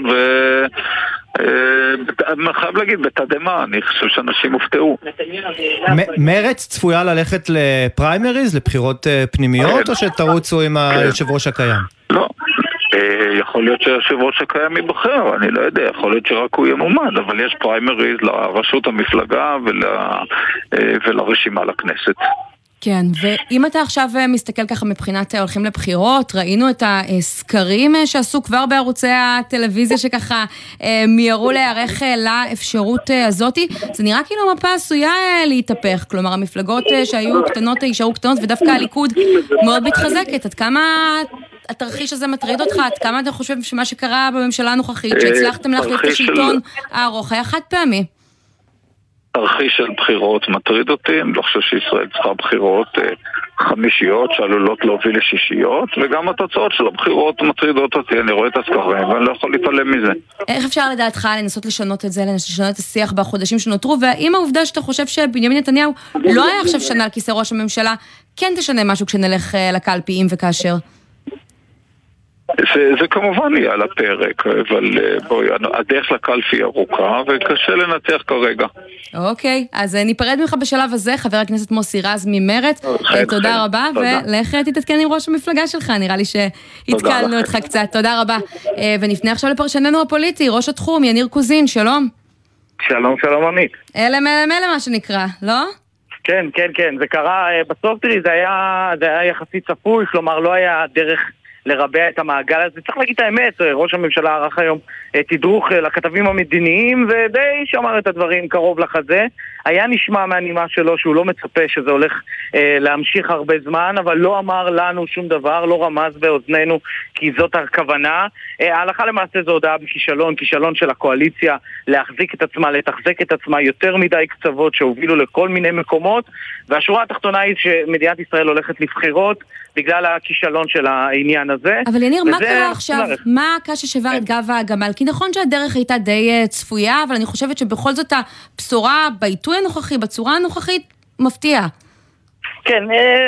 אני חייב להגיד, בתדמה, אני חושב שאנשים הופתעו. מרץ צפויה ללכת לפריימריז, לבחירות פנימיות, או שתרוצו עם היושב ראש הקיים? לא. יכול להיות שהיושב ראש הקיים ייבחר, אני לא יודע, יכול להיות שרק הוא ימומד, אבל יש פריימריז לראשות המפלגה ולרשימה לכנסת. כן, ואם אתה עכשיו מסתכל ככה מבחינת הולכים לבחירות, ראינו את הסקרים שעשו כבר בערוצי הטלוויזיה שככה מיירו להיערך לאפשרות הזאת, זה נראה כאילו המפה עשויה להתהפך, כלומר המפלגות שהיו קטנות יישארו קטנות, ודווקא הליכוד מאוד מתחזקת. עד כמה התרחיש הזה מטריד אותך? עד כמה אתה חושב שמה שקרה בממשלה הנוכחית, שהצלחתם להחליף את השלטון הארוך, היה חד פעמי? תרחיש של בחירות מטריד אותי, אני לא חושב שישראל צריכה בחירות חמישיות שעלולות להוביל לשישיות, וגם התוצאות של הבחירות מטרידות אותי, אני רואה את הסקרים ואני לא יכול להתעלם מזה. איך אפשר לדעתך לנסות לשנות את זה, לשנות את השיח בחודשים שנותרו, והאם העובדה שאתה חושב שבנימין נתניהו לא היה עכשיו שנה על כיסא ראש הממשלה, כן תשנה משהו כשנלך לקלפי, אם וכאשר? זה כמובן יהיה על הפרק, אבל בואי, הדרך לקלפי ארוכה וקשה לנתח כרגע. אוקיי, אז ניפרד ממך בשלב הזה, חבר הכנסת מוסי רז ממרץ, תודה רבה, ולך תתעדכן עם ראש המפלגה שלך, נראה לי שהתקלנו אותך קצת, תודה רבה. ונפנה עכשיו לפרשננו הפוליטי, ראש התחום, יניר קוזין, שלום. שלום, שלום עמית. אלה מה שנקרא, לא? כן, כן, כן, זה קרה, בסוף תראי, זה היה יחסית צפוי, כלומר לא היה דרך לרבע את המעגל הזה. צריך להגיד את האמת, ראש הממשלה ערך היום תדרוך לכתבים המדיניים ודי שמר את הדברים קרוב לחזה. היה נשמע מהנימה שלו שהוא לא מצפה שזה הולך להמשיך הרבה זמן, אבל לא אמר לנו שום דבר, לא רמז באוזנינו כי זאת הכוונה. ההלכה למעשה זו הודעה בכישלון, כישלון של הקואליציה להחזיק את עצמה, לתחזק את עצמה, יותר מדי קצוות שהובילו לכל מיני מקומות, והשורה התחתונה היא שמדינת ישראל הולכת לבחירות בגלל הכישלון של העניין הזה. אבל יניר, מה קרה עכשיו? מה הקש ששבר את גב הגמל? כי נכון שהדרך הייתה די צפויה, אבל אני חושבת שבכל זאת הבשורה בעיתוי הנוכחי, בצורה הנוכחית, מפתיעה. כן,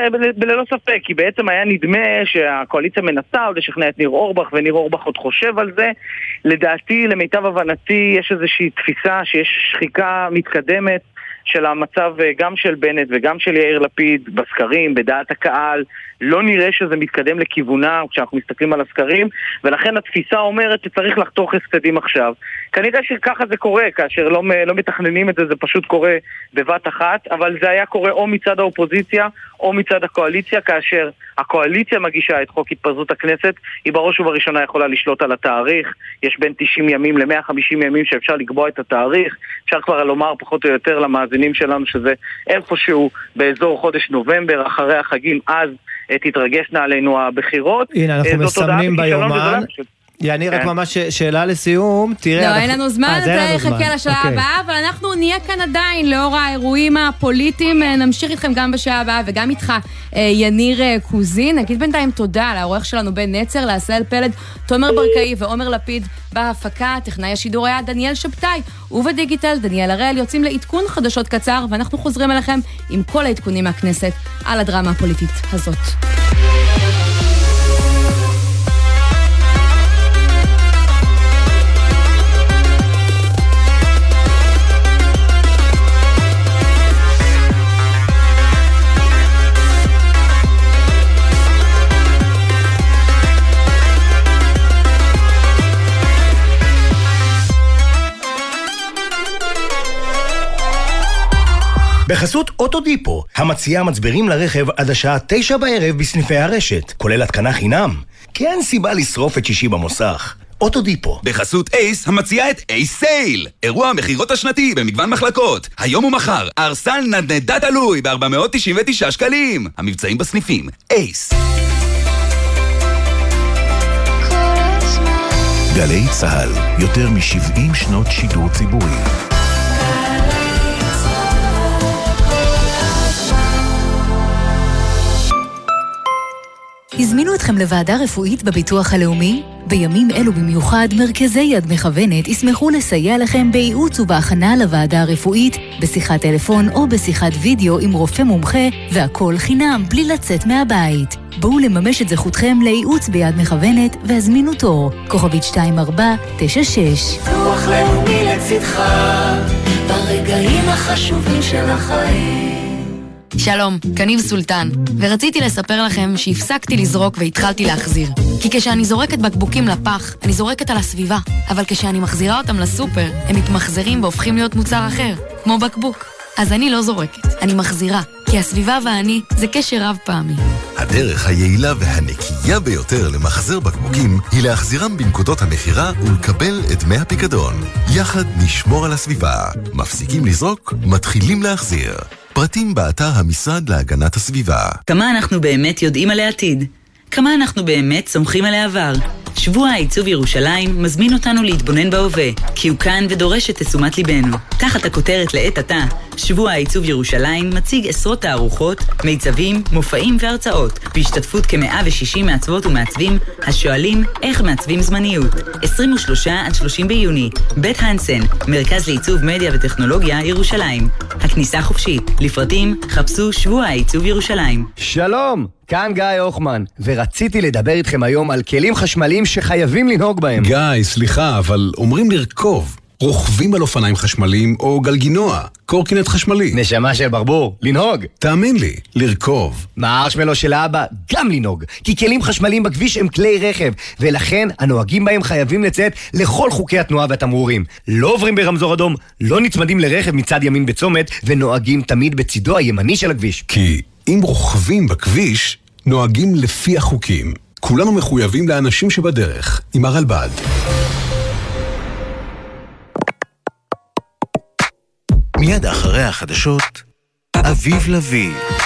בלא ספק, כי בעצם היה נדמה שהקואליציה מנסה עוד לשכנע את ניר אורבך, וניר אורבך עוד חושב על זה. לדעתי, למיטב הבנתי, יש איזושהי תפיסה שיש שחיקה מתקדמת של המצב גם של בנט וגם של יאיר לפיד בסקרים, בדעת הקהל. לא נראה שזה מתקדם לכיוונה כשאנחנו מסתכלים על הסקרים, ולכן התפיסה אומרת שצריך לחתוך הסקדים עכשיו. כנראה שככה זה קורה, כאשר לא מתכננים את זה, זה פשוט קורה בבת אחת, אבל זה היה קורה או מצד האופוזיציה או מצד הקואליציה, כאשר הקואליציה מגישה את חוק התפזרות הכנסת, היא בראש ובראשונה יכולה לשלוט על התאריך, יש בין 90 ימים ל-150 ימים שאפשר לקבוע את התאריך, אפשר כבר לומר פחות או יותר למאזינים שלנו שזה איפשהו באזור חודש נובמבר, אחרי החגים, אז תתרגשנה עלינו הבחירות. הנה, אנחנו מסמנים ביומן. יניר, רק ממש שאלה לסיום. לא, אין לנו זמן, זה יחכה לשעה הבאה, אבל אנחנו נהיה כאן עדיין לאור האירועים הפוליטיים. נמשיך איתכם גם בשעה הבאה וגם איתך, יניר קוזין. נגיד בינתיים תודה לעורך שלנו בן נצר, לעשהאל פלד, תומר ברקאי ועומר לפיד בהפקה. טכנאי השידור היה דניאל שבתאי, ובדיגיטל דניאל הראל. יוצאים לעדכון חדשות קצר, ואנחנו חוזרים אליכם עם כל העדכונים מהכנסת על הדרמה הפוליטית הזאת. בחסות אוטודיפו, המציעה מצברים לרכב עד השעה 9 בערב בסניפי הרשת, כולל התקנה חינם. כי אין סיבה לשרוף את שישי במוסך. אוטודיפו. בחסות אייס, המציעה את אייס סייל. אירוע המחירות השנתי במגוון מחלקות. היום ומחר, ארסל נדנדה תלוי ב-499 שקלים. המבצעים בסניפים. אייס. גלי צהל, יותר מ-70 שנות שידור ציבורי. הזמינו אתכם לוועדה רפואית בביטוח הלאומי? בימים אלו במיוחד, מרכזי יד מכוונת ישמחו לסייע לכם בייעוץ ובהכנה לוועדה הרפואית, בשיחת טלפון או בשיחת וידאו עם רופא מומחה, והכל חינם בלי לצאת מהבית. בואו לממש את זכותכם לייעוץ ביד מכוונת והזמינו תור. כוכבית 2496. ביטוח לאומי לצדך, ברגעים החשובים של החיים. שלום, קניב סולטן, ורציתי לספר לכם שהפסקתי לזרוק והתחלתי להחזיר. כי כשאני זורקת בקבוקים לפח, אני זורקת על הסביבה, אבל כשאני מחזירה אותם לסופר, הם מתמחזרים והופכים להיות מוצר אחר, כמו בקבוק. אז אני לא זורקת, אני מחזירה, כי הסביבה ואני זה קשר רב פעמי. הדרך היעילה והנקייה ביותר למחזר בקבוקים היא להחזירם בנקודות המחירה ולקבל את דמי הפיקדון. יחד נשמור על הסביבה. מפסיקים לזרוק, מתחילים להחזיר. פרטים באתר המשרד להגנת הסביבה. כמה אנחנו באמת יודעים על העתיד? כמה אנחנו באמת סומכים על העבר? שבוע העיצוב ירושלים מזמין אותנו להתבונן בהווה, כי הוא כאן ודורש את תשומת ליבנו. תחת הכותרת לעת עתה, שבוע העיצוב ירושלים מציג עשרות תערוכות, מיצבים, מופעים והרצאות, בהשתתפות כ-160 מעצבות ומעצבים השואלים איך מעצבים זמניות. 23 עד 30 ביוני, בית הנסן, מרכז לעיצוב מדיה וטכנולוגיה ירושלים. הכניסה חופשית. לפרטים חפשו שבוע העיצוב ירושלים. שלום, כאן גיא אוחמן, ורציתי לדבר איתכם היום על כלים חשמליים שחייבים לנהוג בהם. גיא, סליחה, אבל אומרים לרכוב. רוכבים על אופניים חשמליים או גלגינוע, קורקינט חשמלי. נשמה של ברבור, לנהוג. תאמין לי, לרכוב. מהארשמלו של האבא, גם לנהוג. כי כלים חשמליים בכביש הם כלי רכב, ולכן הנוהגים בהם חייבים לציית לכל חוקי התנועה והתמרורים. לא עוברים ברמזור אדום, לא נצמדים לרכב מצד ימין בצומת, ונוהגים תמיד בצידו הימני של הכביש. כי אם רוכבים בכביש, נוהגים לפי החוקים. כולנו מחויבים לאנשים שבדרך, עם הרלב"ד. מיד אחרי החדשות, אביב לוי.